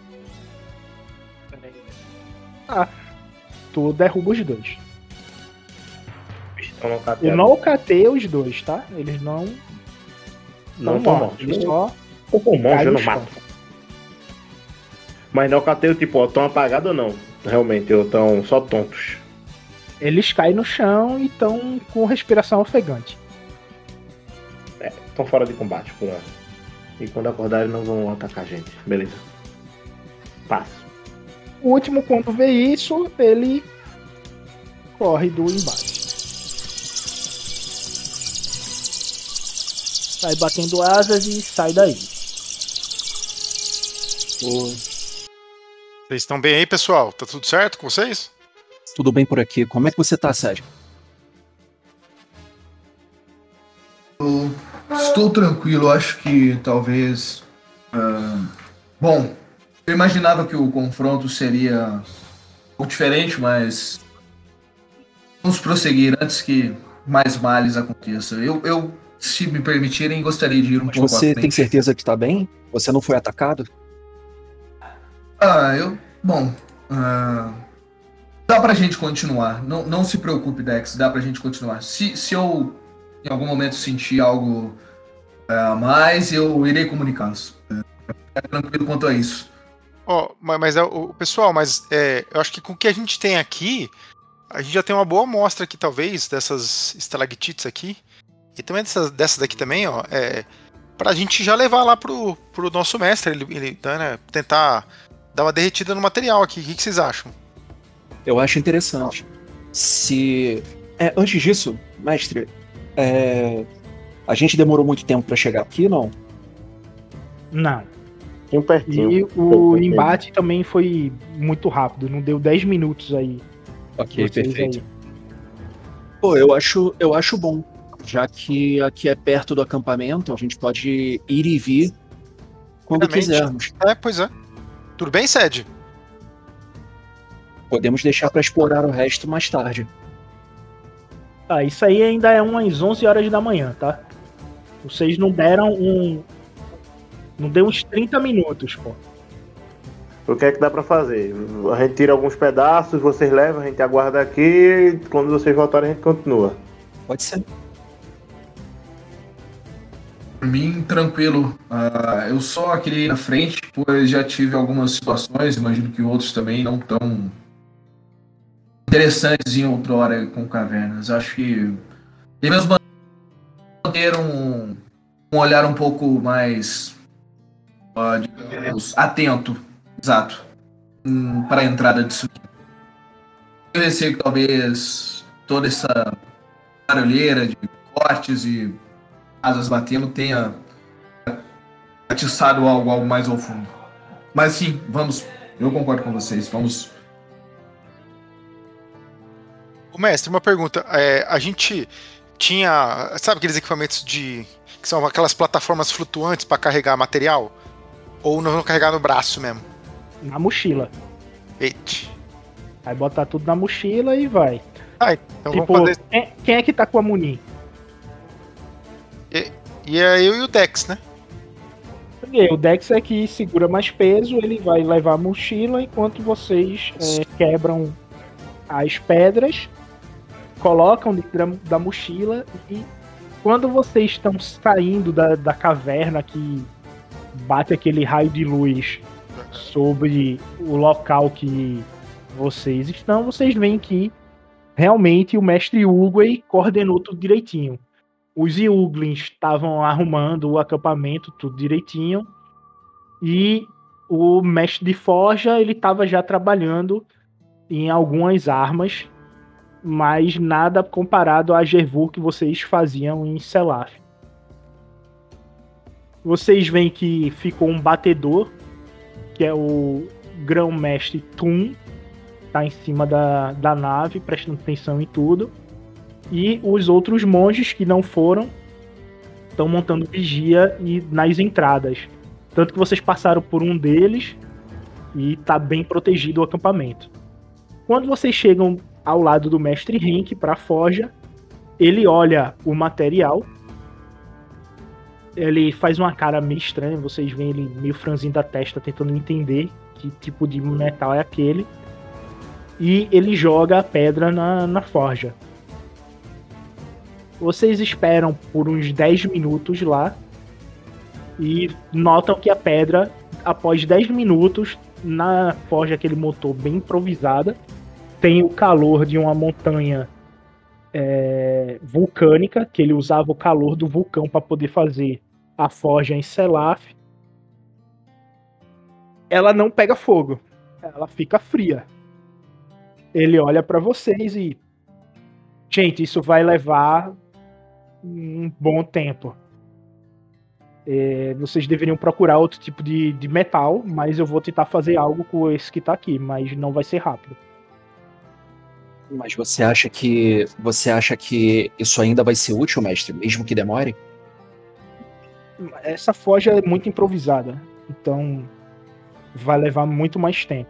Ah, tu derruba os dois. Estão Eu não catei os dois, tá? Eles não. Não, Não tô morrem. morto. Eles só. Eu sou um monge, Cai eu no não chão. mato. Mas não catei, tipo, ó, tão apagados ou não? Realmente, ou tão só tontos? Eles caem no chão e estão com respiração ofegante. É, estão fora de combate por hora. E quando acordarem não vão atacar a gente. Beleza. Passo. O último, quando vê isso, ele corre do embate. Sai batendo asas e sai daí. Vocês estão bem aí, pessoal? Tá tudo certo com vocês? Tudo bem por aqui. Como é que você tá, Sérgio? Eu estou tranquilo, acho que talvez. ah, bom, eu imaginava que o confronto seria um pouco diferente, mas vamos prosseguir antes que mais males aconteçam. Eu, eu, se me permitirem, gostaria de ir um Mas pouco à você frente. tem certeza que tá bem? Você não foi atacado? Ah, eu. Bom. ah, dá pra gente continuar. Não, não se preocupe, Dex, dá pra gente continuar. Se, se eu em algum momento sentir algo é, a mais, eu irei comunicá-los. É, tranquilo quanto a isso. Ó, ma- mas é o pessoal, mas é, eu acho que com o que a gente tem aqui, a gente já tem uma boa amostra aqui, talvez, dessas estalactites aqui. E também dessas, dessas daqui também, ó. É, pra gente já levar lá pro, pro nosso mestre, ele, ele né, tentar dar uma derretida no material aqui. O que, que vocês acham? Eu acho interessante. Se. É, antes disso, mestre, é, a gente demorou muito tempo pra chegar aqui, não? Não. Um pertinho. E o embate também foi muito rápido. Não deu dez minutos aí. Ok, Vocês perfeito. aí. Pô, eu acho, eu acho bom. Já que aqui é perto do acampamento, a gente pode ir e vir quando Realmente. quisermos. É, pois é. Tudo bem, Sed? Podemos deixar pra explorar o resto mais tarde. Tá, isso aí ainda é umas onze horas da manhã, tá? Vocês não deram um. Não deu uns trinta minutos, pô. O que é que dá pra fazer? A gente tira alguns pedaços, vocês levam, a gente aguarda aqui, quando vocês voltarem a gente continua. Pode ser. Por mim, tranquilo. Ah, eu só queria ir na frente, pois já tive algumas situações, imagino que outros também não tão interessantes em outrora com cavernas. Acho que devemos manter um, um olhar um pouco mais, ah, digamos, atento, exato, hum, para a entrada disso. Eu receio que talvez toda essa barulheira de cortes e asas batendo tenha atiçado algo, algo mais ao fundo. Mas sim, vamos. Eu concordo com vocês. Vamos. O mestre, uma pergunta. É, a gente tinha, sabe aqueles equipamentos de que são aquelas plataformas flutuantes para carregar material? Ou não vão carregar no braço mesmo? Na mochila. Eita. Vai botar tudo na mochila e vai. Ah, então tipo, vamos fazer. Quem, quem é que tá com a Muni? E, e é eu e o Dex, né? O Dex é que segura mais peso, ele vai levar a mochila enquanto vocês é, quebram as pedras, colocam dentro da, da mochila e quando vocês estão saindo da, da caverna que bate aquele raio de luz sobre o local que vocês estão, vocês veem que realmente o mestre Uguay coordenou tudo direitinho. Os Yuglins estavam arrumando o acampamento tudo direitinho e o mestre de forja ele estava já trabalhando em algumas armas, mas nada comparado a Gervur que vocês faziam em Selaf. Vocês veem que ficou um batedor, que é o grão-mestre Tum, tá em cima da, da nave, prestando atenção em tudo. E os outros monges que não foram estão montando vigia e nas entradas. Tanto que vocês passaram por um deles e tá bem protegido o acampamento. Quando vocês chegam ao lado do mestre Henk para a forja, ele olha o material. Ele faz uma cara meio estranha, vocês veem ele meio franzindo a testa, tentando entender que tipo de metal é aquele. E ele joga a pedra na, na forja. Vocês esperam por uns dez minutos lá e notam que a pedra, após dez minutos, na forja, aquele motor bem improvisada, tem o calor de uma montanha é, vulcânica, que ele usava o calor do vulcão para poder fazer a forja em Selaf. Ela não pega fogo, ela fica fria. Ele olha para vocês e... Gente, isso vai levar um bom tempo. É, vocês deveriam procurar outro tipo de, de metal, mas eu vou tentar fazer algo com esse que tá aqui, mas não vai ser rápido. Mas você acha que você acha que isso ainda vai ser útil, mestre, mesmo que demore? Essa forja é muito improvisada, então vai levar muito mais tempo.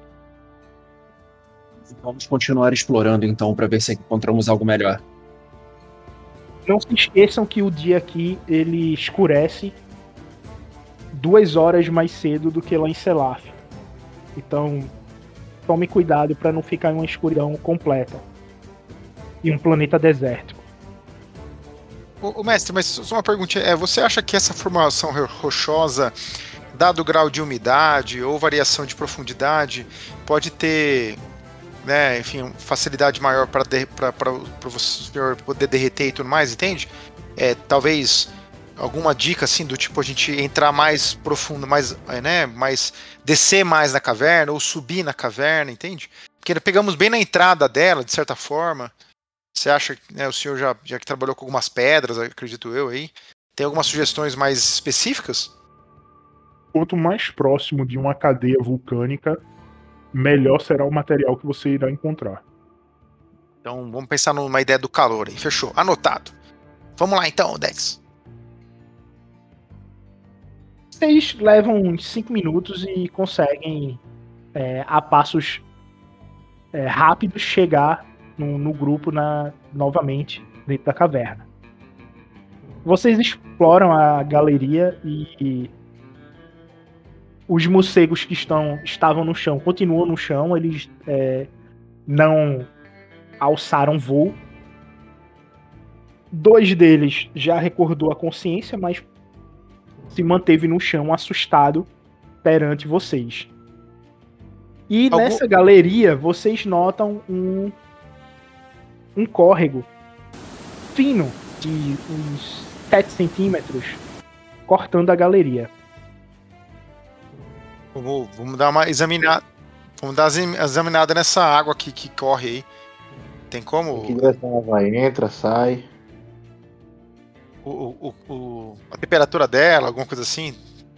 Vamos continuar explorando então para ver se encontramos algo melhor. Não se esqueçam que o dia aqui ele escurece duas horas mais cedo do que lá em Selaf. Então tome cuidado para não ficar em uma escuridão completa e um planeta desértico. Ô, ô mestre, mas só uma pergunta, é, você acha que essa formação rochosa, dado o grau de umidade ou variação de profundidade, pode ter, né, enfim, facilidade maior para o senhor poder derreter e tudo mais, entende? É, talvez alguma dica assim do tipo a gente entrar mais profundo, mais, né, mais descer mais na caverna ou subir na caverna, entende? Porque pegamos bem na entrada dela, de certa forma. Você acha, né, o senhor já, já que trabalhou com algumas pedras, acredito eu aí, tem algumas sugestões mais específicas? Quanto mais próximo de uma cadeia vulcânica, melhor será o material que você irá encontrar. Então vamos pensar numa ideia do calor aí, fechou, anotado. Vamos lá então, Dex. Vocês levam uns cinco minutos e conseguem, é, a passos é, rápidos, chegar no, no grupo na, novamente dentro da caverna. Vocês exploram a galeria e, e os morcegos que estão, estavam no chão continuam no chão, eles é, não alçaram voo. Dois deles já recordou a consciência, mas se manteve no chão assustado perante vocês. E Algum... nessa galeria vocês notam um, um córrego fino de uns sete centímetros cortando a galeria. Vamos, vamos dar uma examinada. Vamos dar uma examinada nessa água aqui que corre aí. Tem como? Que direção ela vai? Entra, sai. O, o, o, a temperatura dela, alguma coisa assim?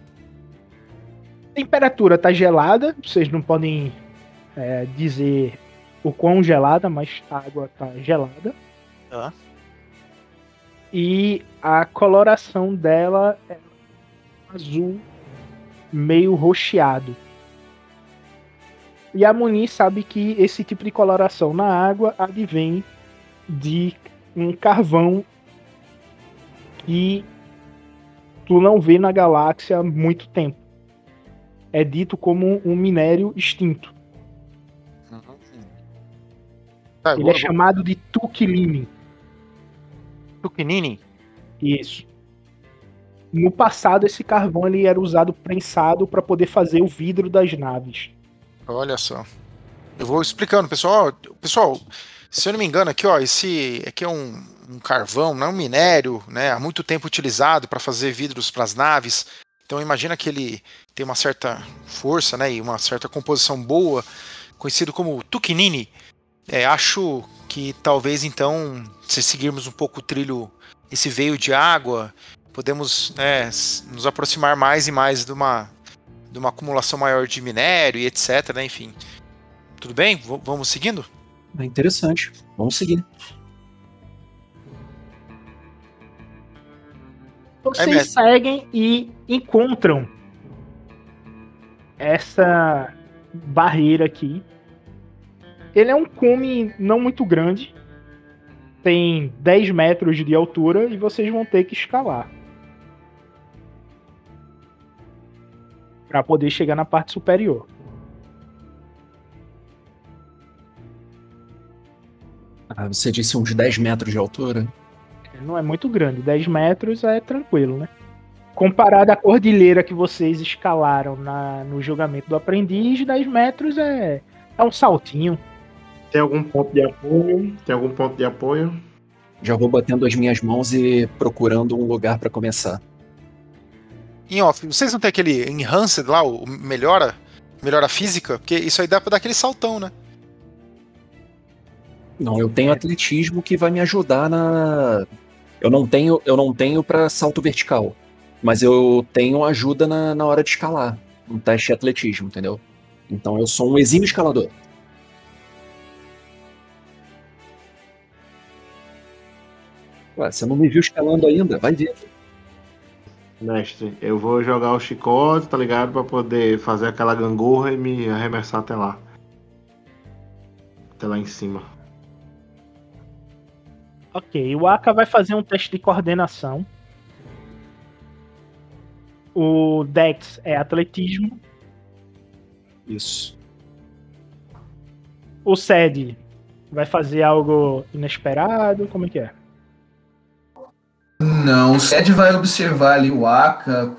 A temperatura tá gelada, vocês não podem é, dizer o quão gelada, mas a água tá gelada. Tá. E a coloração dela é azul meio roxeado. E a Muni sabe que esse tipo de coloração na água advém de um carvão que tu não vê na galáxia há muito tempo. É dito como um minério extinto. Tá, Ele vou, é vou... chamado de Tuquilini. Tuquinini? Isso. No passado, esse carvão ele era usado prensado para poder fazer o vidro das naves. Olha só. Eu vou explicando, pessoal. Pessoal, se eu não me engano, aqui, ó, esse aqui é um, um carvão, não é um minério, né? Há muito tempo utilizado para fazer vidros para as naves. Então imagina que ele tem uma certa força, né? E uma certa composição boa, conhecido como Tuquinini. É, acho que talvez então, se seguirmos um pouco o trilho, esse veio de água, podemos, né, nos aproximar mais e mais de uma, de uma acumulação maior de minério e etc, né, enfim. Tudo bem? V- vamos seguindo? É interessante. Vamos seguir. Vocês É, seguem e encontram essa barreira aqui. Ele é um cume não muito grande. Tem dez metros de altura e vocês vão ter que escalar para poder chegar na parte superior. Ah, você disse uns dez metros de altura? Não é muito grande, dez metros é tranquilo, né? Comparado à cordilheira que vocês escalaram na, no julgamento do aprendiz, dez metros é, é um saltinho. Tem algum ponto de apoio? Tem algum ponto de apoio? Já vou batendo as minhas mãos e procurando um lugar para começar. Em off, vocês não tem aquele enhanced lá, o melhora, melhora física? Porque isso aí dá pra dar aquele saltão, né? Não, eu tenho atletismo que vai me ajudar na... Eu não tenho, eu não tenho para salto vertical, mas eu tenho ajuda na, na hora de escalar, um teste de atletismo, entendeu? Então eu sou um exímio escalador. Ué, você não me viu escalando ainda? Vai ver. Mestre, eu vou jogar o chicote, tá ligado? Pra poder fazer aquela gangorra e me arremessar até lá. Até lá em cima. Ok, o Aka vai fazer um teste de coordenação. O Dex é atletismo. Isso. O Sed vai fazer algo inesperado. Como é que é? Não, o Sed vai observar ali o Aka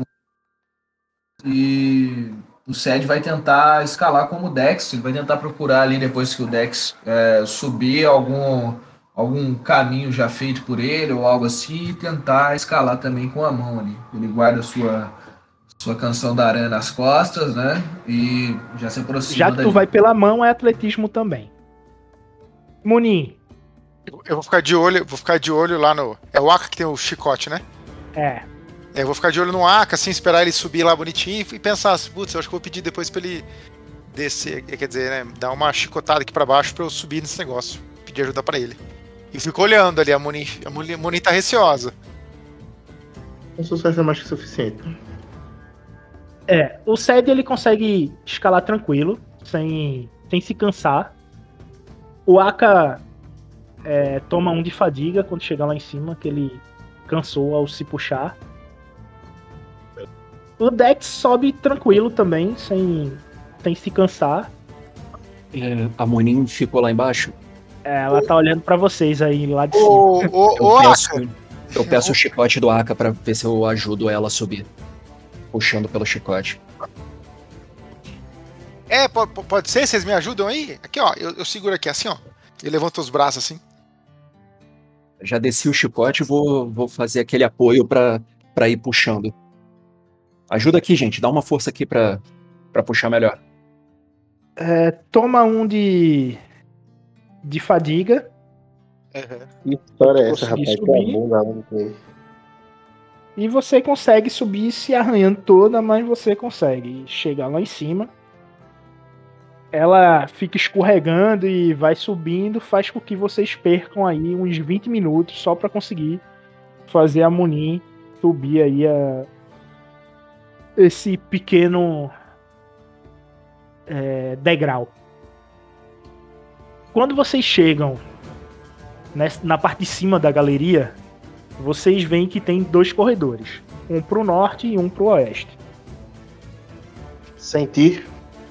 e o Sed vai tentar escalar como o Dex. Ele vai tentar procurar ali, depois que o Dex é, subir, algum, algum caminho já feito por ele ou algo assim, e tentar escalar também com a mão ali. Ele guarda a sua, sua canção da aranha nas costas, né? E já se aproxima. Já que tu dali. vai pela mão, é atletismo também. Munin. Eu vou ficar de olho, vou ficar de olho lá no... É o Aka que tem o chicote, né? É. É, eu vou ficar de olho no Aka, assim, esperar ele subir lá bonitinho e pensar, putz, eu acho que eu vou pedir depois pra ele descer, quer dizer, né, dar uma chicotada aqui pra baixo pra eu subir nesse negócio, pedir ajuda pra ele. E fico olhando ali, a Moni, a Moni, Moni tá receosa. Um sucesso é mais que suficiente. É, o Sed ele consegue escalar tranquilo, sem, sem se cansar. O Aka é, toma um de fadiga quando chegar lá em cima, que ele cansou ao se puxar. O Dex sobe tranquilo também, sem, sem se cansar. É, a Monin ficou lá embaixo? É, ela tá olhando pra vocês aí lá de cima. Ô, ô, ô, Eu peço, Aka! eu peço o chicote do Aka pra ver se eu ajudo ela a subir. Puxando pelo chicote. É, pode, pode ser? Vocês me ajudam aí? Aqui, ó, eu, eu seguro aqui, assim, ó. E levanto os braços, assim. Já desci o chicote e vou, vou fazer aquele apoio pra, pra ir puxando. Ajuda aqui, gente. Dá uma força aqui pra, pra puxar melhor. É, toma um de. de fadiga. Uhum. Que história é essa, Consegui rapaz? Que subir. a bunda ontem. E você consegue subir se arranhando toda, mas você consegue chegar lá em cima. Ela fica escorregando e vai subindo, faz com que vocês percam aí uns vinte minutos só pra conseguir fazer a Munin subir aí a esse pequeno é, degrau. Quando vocês chegam nessa- na parte de cima da galeria, vocês veem que tem dois corredores, um pro norte e um pro oeste. Sentir.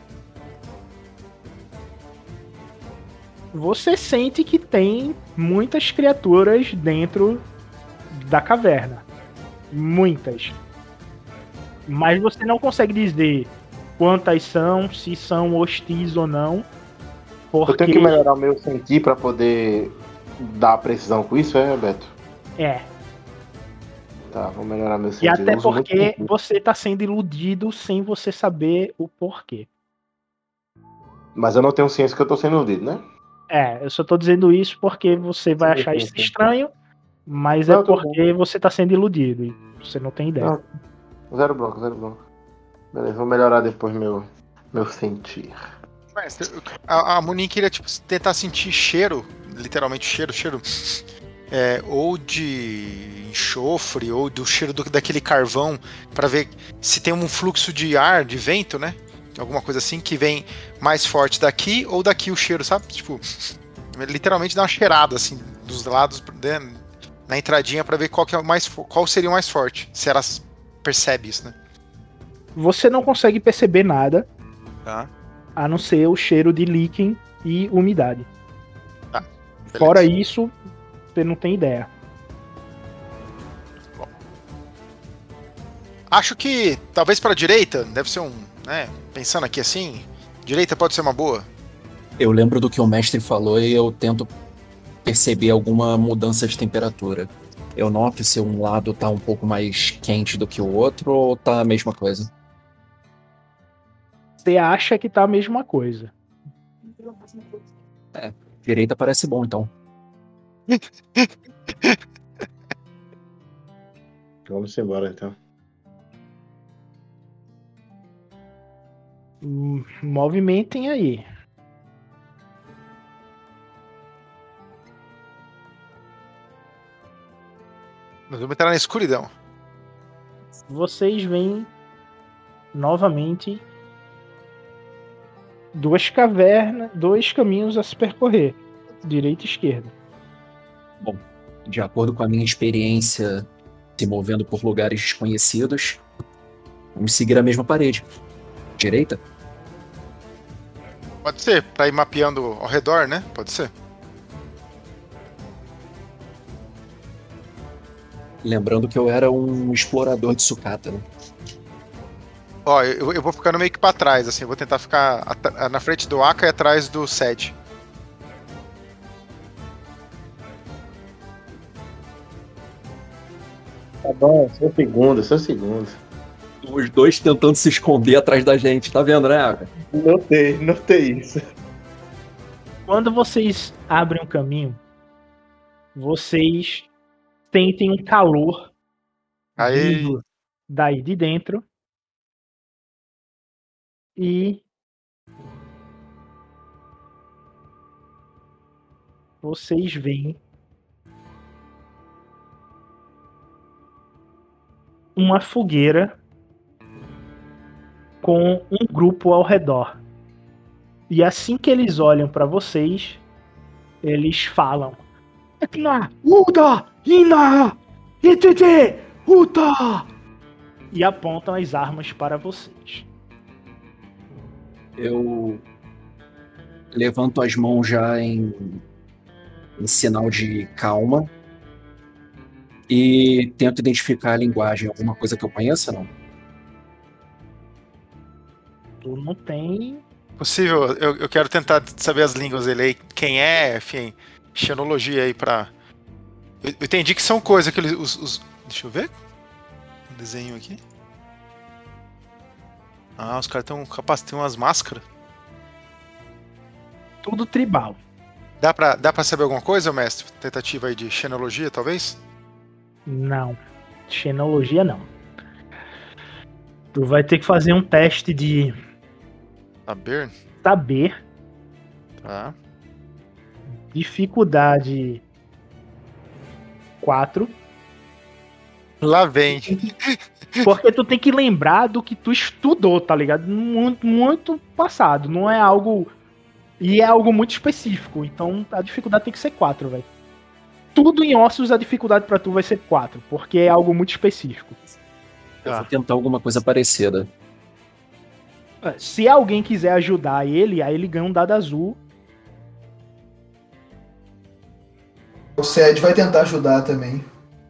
Você sente que tem muitas criaturas dentro da caverna. Muitas. Mas você não consegue dizer quantas são, se são hostis ou não. Porque... Eu tenho que melhorar o meu sentir pra poder dar precisão com isso, é, Beto? É. Tá, vou melhorar meu sentir. E até Eu uso muito porque sentir. você tá sendo iludido sem você saber o porquê. Mas eu não tenho ciência que eu tô sendo iludido, né? É, eu só tô dizendo isso porque você vai Sim, achar sim, isso sim. estranho, mas Não, é tudo porque você tá sendo iludido e você não tem ideia. Não, zero bronca, zero bronca. Beleza, vou melhorar depois meu, meu sentir. Mestre, a, a Munin queria tipo, tentar sentir cheiro, literalmente cheiro, cheiro, é, ou de enxofre, ou do cheiro do, daquele carvão, pra ver se tem um fluxo de ar, de vento, né? Alguma coisa assim, que vem mais forte daqui ou daqui o cheiro, sabe? Tipo, literalmente dá uma cheirada, assim, dos lados, né, na entradinha, pra ver qual, que é o mais, fo- qual seria o mais forte. Se ela s- percebe isso, né? Você não consegue perceber nada, Tá. a não ser o cheiro de líquen e umidade. Tá, beleza. Fora isso, você não tem ideia. Acho que talvez pra direita, deve ser um, né? Pensando aqui assim, direita pode ser uma boa. Eu lembro do que o mestre falou e eu tento perceber alguma mudança de temperatura. Eu noto se um lado tá um pouco mais quente do que o outro ou tá a mesma coisa. Você acha que tá a mesma coisa. Direita parece bom, então. Vamos embora então. Hum, Movimentem aí. Nós vamos entrar na escuridão. Vocês veem novamente duas cavernas, dois caminhos a se percorrer, direita e esquerda. De acordo com a minha experiência se movendo por lugares desconhecidos, vamos seguir a mesma parede. Direita? Pode ser, pra ir mapeando ao redor, né? Pode ser. Lembrando que eu era um explorador de sucata, né? Ó, eu, eu vou ficando meio que pra trás, assim, eu vou tentar ficar at- na frente do Aka e atrás do Sed. Tá bom, sou segundo, sou segundo. Os dois tentando se esconder atrás da gente, tá vendo, né, Aka? Notei, notei isso. Quando vocês abrem um caminho, vocês sentem um calor Aí, vindo daí de dentro e vocês veem uma fogueira com um grupo ao redor. E assim que eles olham para vocês, eles falam: Ekna, Uda, Ina, Itete, Uta! e apontam as armas para vocês. Eu levanto as mãos já em, em sinal de calma e tento identificar a linguagem. Alguma coisa que eu conheça, não? Tu não tem... Possível, eu, eu quero tentar saber as línguas dele aí. Quem é, enfim, xenologia aí pra... Eu, eu entendi que são coisas que eles... Os, os... Deixa eu ver. O desenho aqui. Ah, os caras tão capaz de ter umas máscaras. Tudo tribal. Dá pra, dá pra saber alguma coisa, mestre? Tentativa aí de xenologia, talvez? Não. Xenologia, não. Tu vai ter que fazer um teste de Saber? saber. Tá. Dificuldade quatro. Lá vem. Porque tu tem que lembrar do que tu estudou, tá ligado? Muito, muito passado. Não é algo... E é algo muito específico. Então a dificuldade tem que ser quatro, velho. Tudo em ossos, a dificuldade pra tu vai ser quatro. Porque é algo muito específico. Eu Ah. vou tentar alguma coisa parecida. Se alguém quiser ajudar ele, aí ele ganha um dado azul. O Ced vai tentar ajudar também.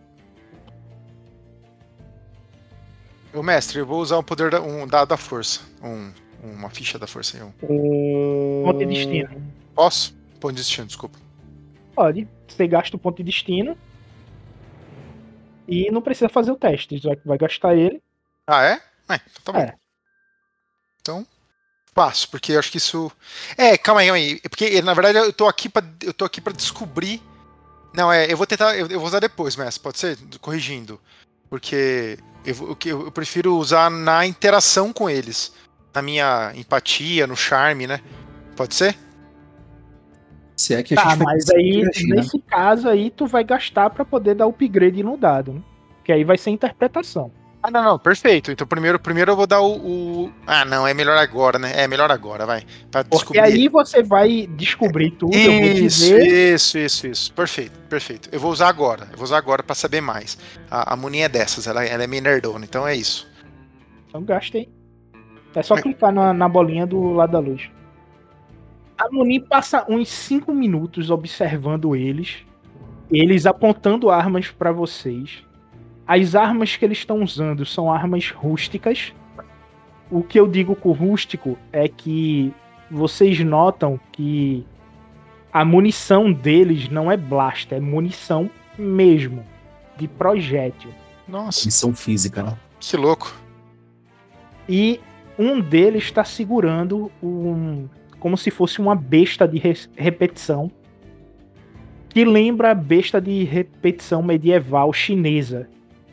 Ô, mestre, eu vou usar um poder da, um dado da força. Um, uma ficha da força aí. Um. Ponto de destino. Posso? Ponto de destino, desculpa. Pode. Você gasta o ponto de destino. E não precisa fazer o teste. Já que vai gastar ele. Ah, é? É, então tá bom. É. Então, passo, porque eu acho que isso... É, calma aí, calma aí. Porque, na verdade, eu tô aqui pra, eu tô aqui pra descobrir... Não, é, eu vou tentar... Eu, eu vou usar depois, mestre, pode ser? Corrigindo. Porque eu, eu, eu prefiro usar na interação com eles. Na minha empatia, no charme, né? Pode ser? Se é que a Tá, gente vai mas conseguir aí, interagir, né? nesse caso aí, tu vai gastar pra poder dar upgrade no dado, né? Que aí vai ser interpretação. Ah, não, não, perfeito. Então primeiro, primeiro eu vou dar o, o... Ah, não, é melhor agora, né? É melhor agora, vai. Pra Porque descobrir... aí você vai descobrir tudo, eu vou Isso, dizer... isso, isso, isso. Perfeito, perfeito. Eu vou usar agora. Eu vou usar agora pra saber mais. A, a Muninha é dessas, ela, ela é meio nerdona, então é isso. Então gasta aí. É só É. clicar na, na bolinha do lado da luz. A Munin passa uns cinco minutos observando eles. Eles apontando armas pra vocês. As armas que eles estão usando são armas rústicas. O que eu digo com rústico é que vocês notam que a munição deles não é blaster, é munição mesmo, de projétil. Nossa, Missão física, né? que louco. E um deles está segurando um, como se fosse uma besta de re- repetição, que lembra a besta de repetição medieval chinesa.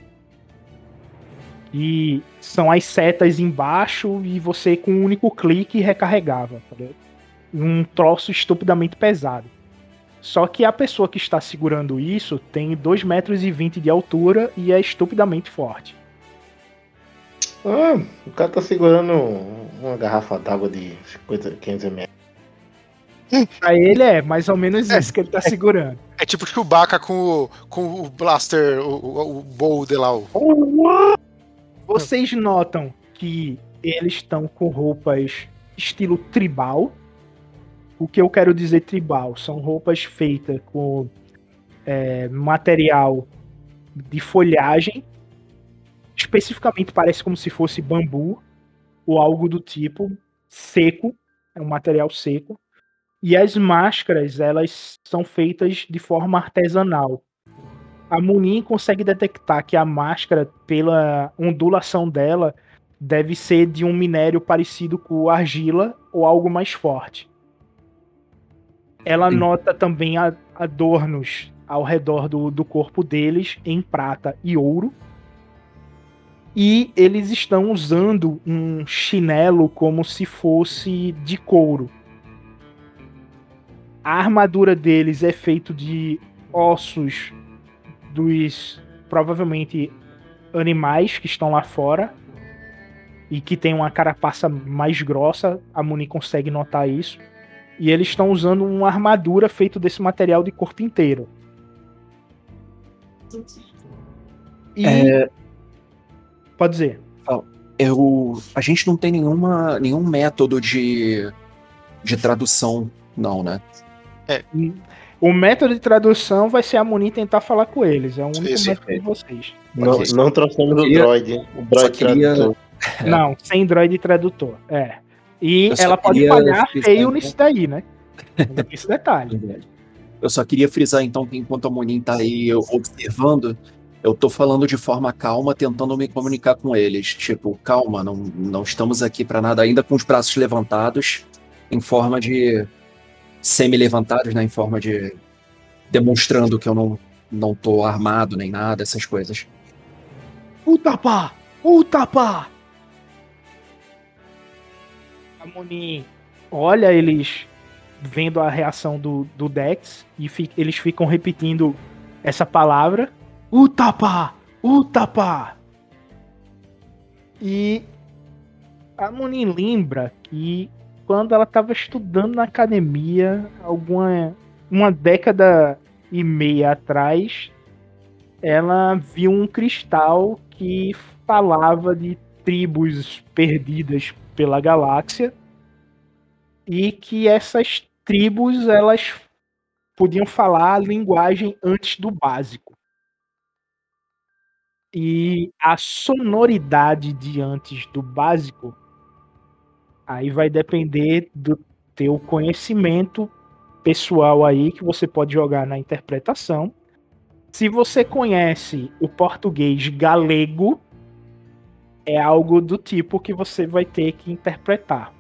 E são as setas embaixo e você com um único clique recarregava. Tá ligado? Um troço estupidamente pesado. Só que a pessoa que está segurando isso tem dois metros e vinte de altura e é estupidamente forte. Ah, o cara tá segurando uma garrafa d'água de cinquenta, quinhentos mililitros. Pra ele é mais ou menos É. isso que ele tá segurando. É tipo Chewbacca com o, com o blaster, o, o, o bow de lá. O... Vocês notam que eles estão com roupas estilo tribal. O que eu quero dizer tribal? São roupas feitas com é, material de folhagem. Especificamente parece como se fosse bambu ou algo do tipo, seco. É um material seco. E as máscaras, elas são feitas de forma artesanal. A Munin consegue detectar que a máscara, pela ondulação dela, deve ser de um minério parecido com argila ou algo mais forte. Ela Sim. nota também a- adornos ao redor do, do corpo deles em prata e ouro. E eles estão usando um chinelo como se fosse de couro. A armadura deles é feita de ossos dos, provavelmente, animais que estão lá fora e que tem uma carapaça mais grossa. A Muni consegue notar isso. E eles estão usando uma armadura feita desse material de corpo inteiro. E... É, Pode dizer. Eu, a gente não tem nenhuma, nenhum método de, de tradução, não, né? É. O método de tradução vai ser a Muni tentar falar com eles. É o único Sim, sim. método de vocês. Não, Ok. não trouxemos o queria- droid. O droid só queria- tradutor. É. Não, sem droid tradutor. É. E Eu só ela pode queria falhar frisar, feio então. nisso daí, né? Ainda tem esse detalhe. Eu só queria frisar, então, que enquanto a Monin tá aí observando, eu tô falando de forma calma, tentando me comunicar com eles. Tipo, calma, não, não estamos aqui pra nada, ainda com os braços levantados, em forma de... semi-levantados, né? Em forma de... demonstrando que eu não, não tô armado nem nada, essas coisas. Utapá! Utapá! A Moni olha eles vendo a reação do, do Dex e fi- eles ficam repetindo essa palavra. Utapá! Utapá! E a Moni lembra que quando ela estava estudando na academia, alguma uma década e meia atrás, ela viu um cristal que falava de tribos perdidas pela galáxia e que essas tribos elas podiam falar a linguagem antes do básico. E a sonoridade de antes do básico aí vai depender do teu conhecimento pessoal aí que você pode jogar na interpretação. Se você conhece o português galego, é algo do tipo que você vai ter que interpretar.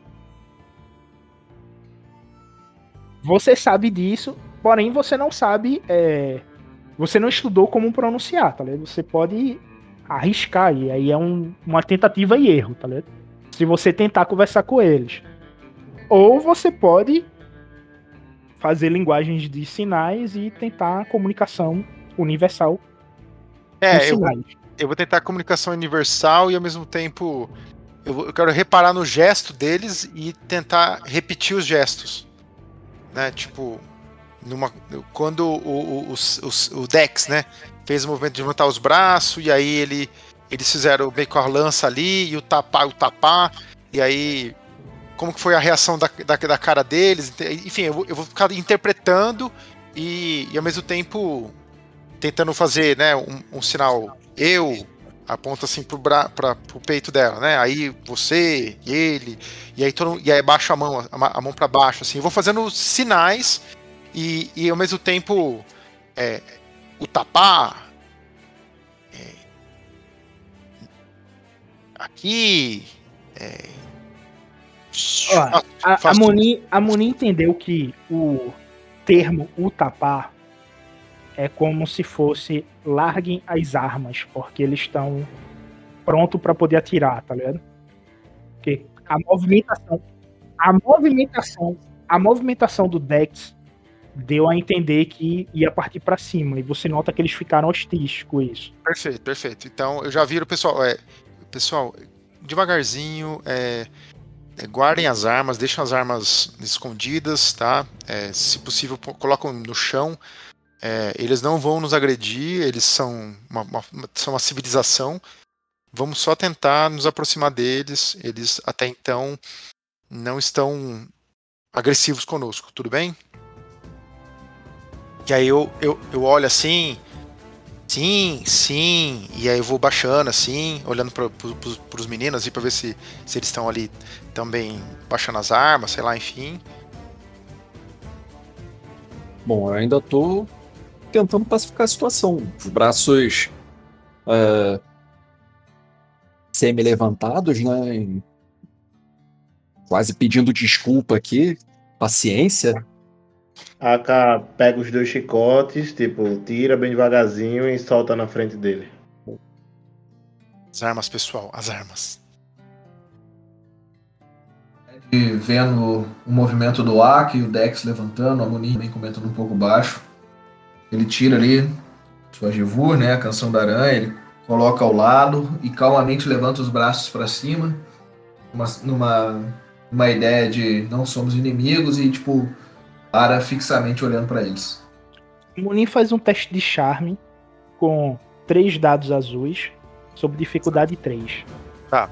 Você sabe disso, porém você não sabe, é, você não estudou como pronunciar, tá ligado? Você pode arriscar, e aí é um, uma tentativa e erro, tá ligado? Se você tentar conversar com eles. Ou você pode fazer linguagens de sinais e tentar comunicação universal com É, eu, sinais. eu vou tentar comunicação universal e ao mesmo tempo eu, vou- eu quero reparar no gesto deles e tentar repetir os gestos. Né? Tipo, numa, quando o, o, o, o Dex, né, fez o movimento de levantar os braços e aí ele, eles fizeram meio com a lança ali e o tapar, o tapar, e aí como que foi a reação da, da, da cara deles, enfim, eu vou, eu vou ficar interpretando e, e ao mesmo tempo tentando fazer, né, um, um sinal, eu aponta assim pro, bra, pra, pro peito dela, né, aí você e ele, e aí, todo, e aí baixo a mão, a, a mão para baixo, assim, eu vou fazendo sinais e, e ao mesmo tempo é, o tapar é, aqui é, Ó, a, a, faço- Moni, a Moni entendeu que o termo utapar é como se fosse larguem as armas, porque eles estão prontos para poder atirar, tá ligado? Porque a movimentação, a movimentação, a movimentação do Dex deu a entender que ia partir para cima, e você nota que eles ficaram hostis com isso. Perfeito, perfeito. Então eu já viro, pessoal, é, pessoal, devagarzinho, é, é, guardem as armas, deixem as armas escondidas, tá? É, se possível, po- colocam no chão. É, eles não vão nos agredir, eles são uma, uma- são uma civilização. Vamos só tentar nos aproximar deles. Eles até então não estão agressivos conosco, tudo bem? E aí eu, eu, eu olho assim, sim, sim, e aí eu vou baixando assim, olhando para os meninos para ver se, se eles estão ali também baixando as armas, sei lá, enfim. Bom, eu ainda tô tentando pacificar a situação. Os braços é, semi-levantados, né? e Quase pedindo desculpa aqui. Paciência. A Aka pega os dois chicotes, tipo, tira bem devagarzinho e solta na frente dele. As armas, pessoal, as armas. E vendo o movimento do Aki, o Dex levantando, a Moni também comentando um pouco baixo. Ele tira ali sua Gevur, né, a canção da aranha, ele coloca ao lado e calmamente levanta os braços para cima, uma, numa, numa ideia de não somos inimigos e, tipo, para fixamente olhando para eles. O Munin faz um teste de charme com três dados azuis sob dificuldade três. Tá.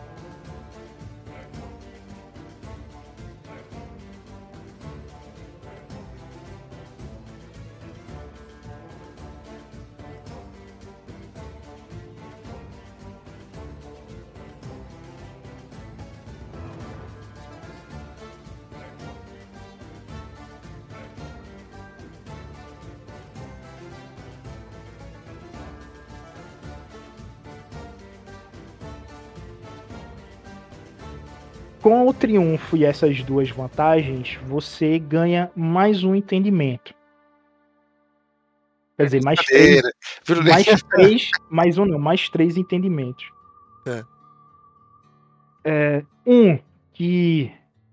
Com o triunfo e essas duas vantagens, você ganha mais um entendimento. Quer dizer, mais três, mais três, mais um não, mais três entendimentos. É. É, um, que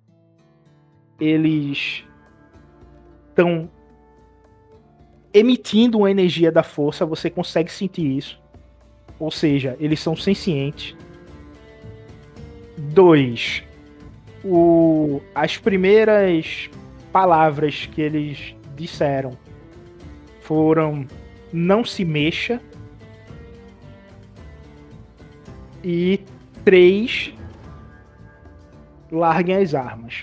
eles estão emitindo uma energia da força, você consegue sentir isso. Ou seja, eles são sencientes. Dois, o, as primeiras palavras que eles disseram foram não se mexa. E três, larguem as armas.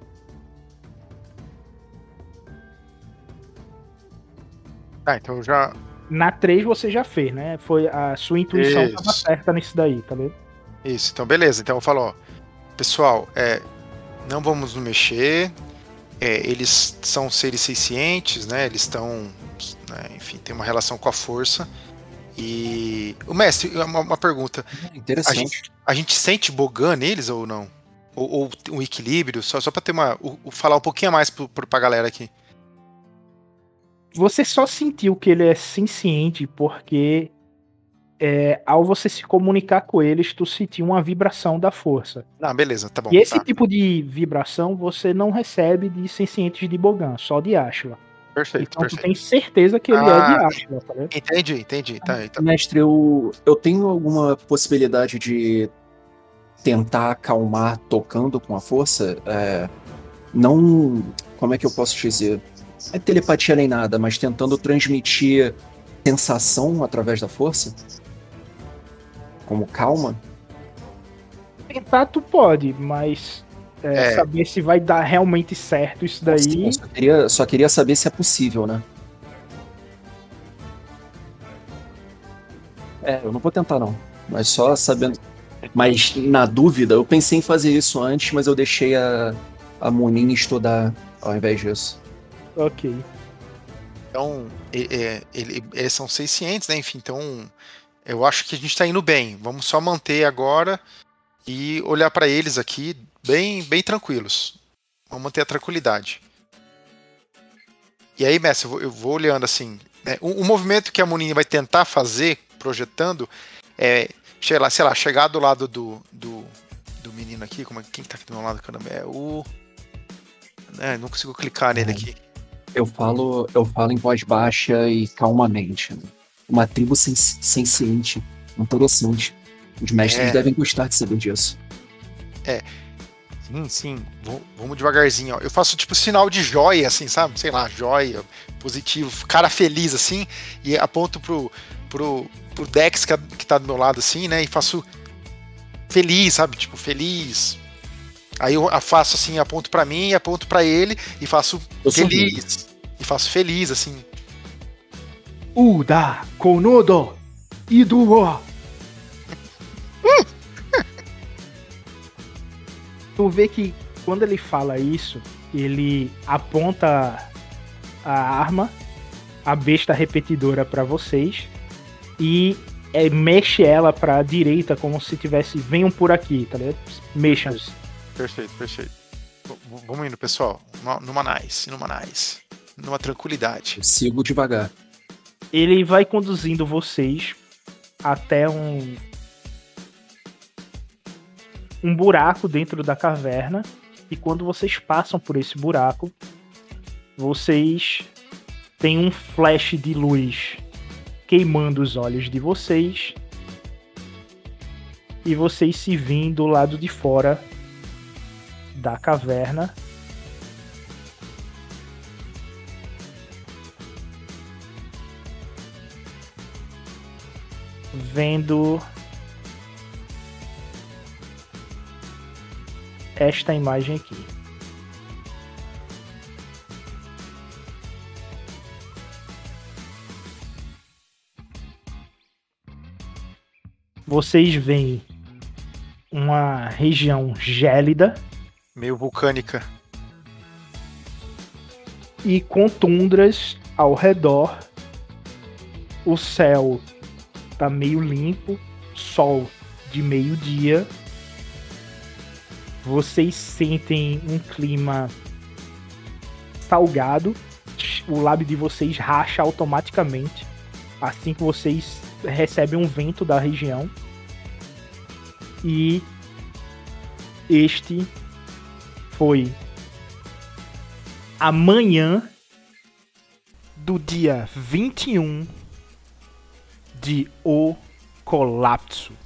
Tá, então já... Na três você já fez, né? Foi a sua intuição estava certa nisso daí, tá vendo? Isso, então beleza. Então eu falo, ó, pessoal, é, não vamos nos mexer. É, eles são seres sencientes, né? Eles estão, né, enfim, tem uma relação com a força. E o mestre, uma, uma pergunta. Interessante. A gente, a gente sente Bogan neles ou não? Ou, ou um equilíbrio? Só, só para ter uma, o, o, falar um pouquinho a mais pro, pro, pra galera aqui. Você só sentiu que ele é senciente porque é, ao você se comunicar com eles, tu sentiu uma vibração da força. Ah, beleza, tá bom. E esse tá. tipo de vibração você não recebe de sencientes de Bogan, só de Ashla. Perfeito, então perfeito. tu tem certeza que ele ah, é de Ashla, tá vendo? Entendi, entendi. Tá, então. Mestre, eu, eu tenho alguma possibilidade de tentar acalmar tocando com a força? É, não... Como é que eu posso dizer? Não é telepatia nem nada, mas tentando transmitir sensação através da força? Como calma? Tentar tu pode, mas é, É. saber se vai dar realmente certo isso daí. Sim, eu só queria, só queria saber se é possível, né? É, eu não vou tentar não, mas só sabendo. Mas na dúvida, eu pensei em fazer isso antes, mas eu deixei a, a Monin estudar ao invés disso. Ok. Então, é, ele, eles são sencientes, né? Enfim, então eu acho que a gente tá indo bem. Vamos só manter agora e olhar para eles aqui bem, bem tranquilos. Vamos manter a tranquilidade. E aí, mestre, eu vou, eu vou olhando assim. Né? O, o movimento que a Monin vai tentar fazer, projetando, é, sei lá, sei lá, chegar do lado do, do, do menino aqui. Como é, quem tá aqui do meu lado, caramba? É o. É, não consigo clicar nele aqui. Eu falo, eu falo em voz baixa e calmamente. Né? Uma tribo sen senciente. Interessante. Os mestres É. devem gostar de saber disso. É. Sim, sim. V vamos devagarzinho, ó. Eu faço tipo sinal de joia, assim, sabe? Sei lá, joia, positivo, cara feliz, assim, e aponto pro, pro, pro Dex que, que tá do meu lado, assim, né? E faço feliz, sabe? Tipo, feliz. Aí eu faço assim, aponto pra mim, aponto pra ele e faço Eu feliz. E faço feliz, assim. Uda, Konodo, Iduo. Tu vê que quando ele fala isso, ele aponta a arma, a besta repetidora pra vocês e é, mexe ela pra direita como se tivesse, venham por aqui, tá ligado? Mexam-se. Perfeito, perfeito. V vamos indo, pessoal. Numa nice, numa nice. Numa tranquilidade. Eu sigo devagar. Ele vai conduzindo vocês até um um buraco dentro da caverna e quando vocês passam por esse buraco, vocês têm um flash de luz queimando os olhos de vocês e vocês se veem do lado de fora da caverna. Vendo esta imagem aqui. Vocês veem uma região gélida. Meio vulcânica. E com tundras ao redor. O céu tá meio limpo. Sol de meio-dia. Vocês sentem um clima salgado. O lábio de vocês racha automaticamente assim que vocês recebem um vento da região. E este foi a manhã do dia vinte e um de O Colapso.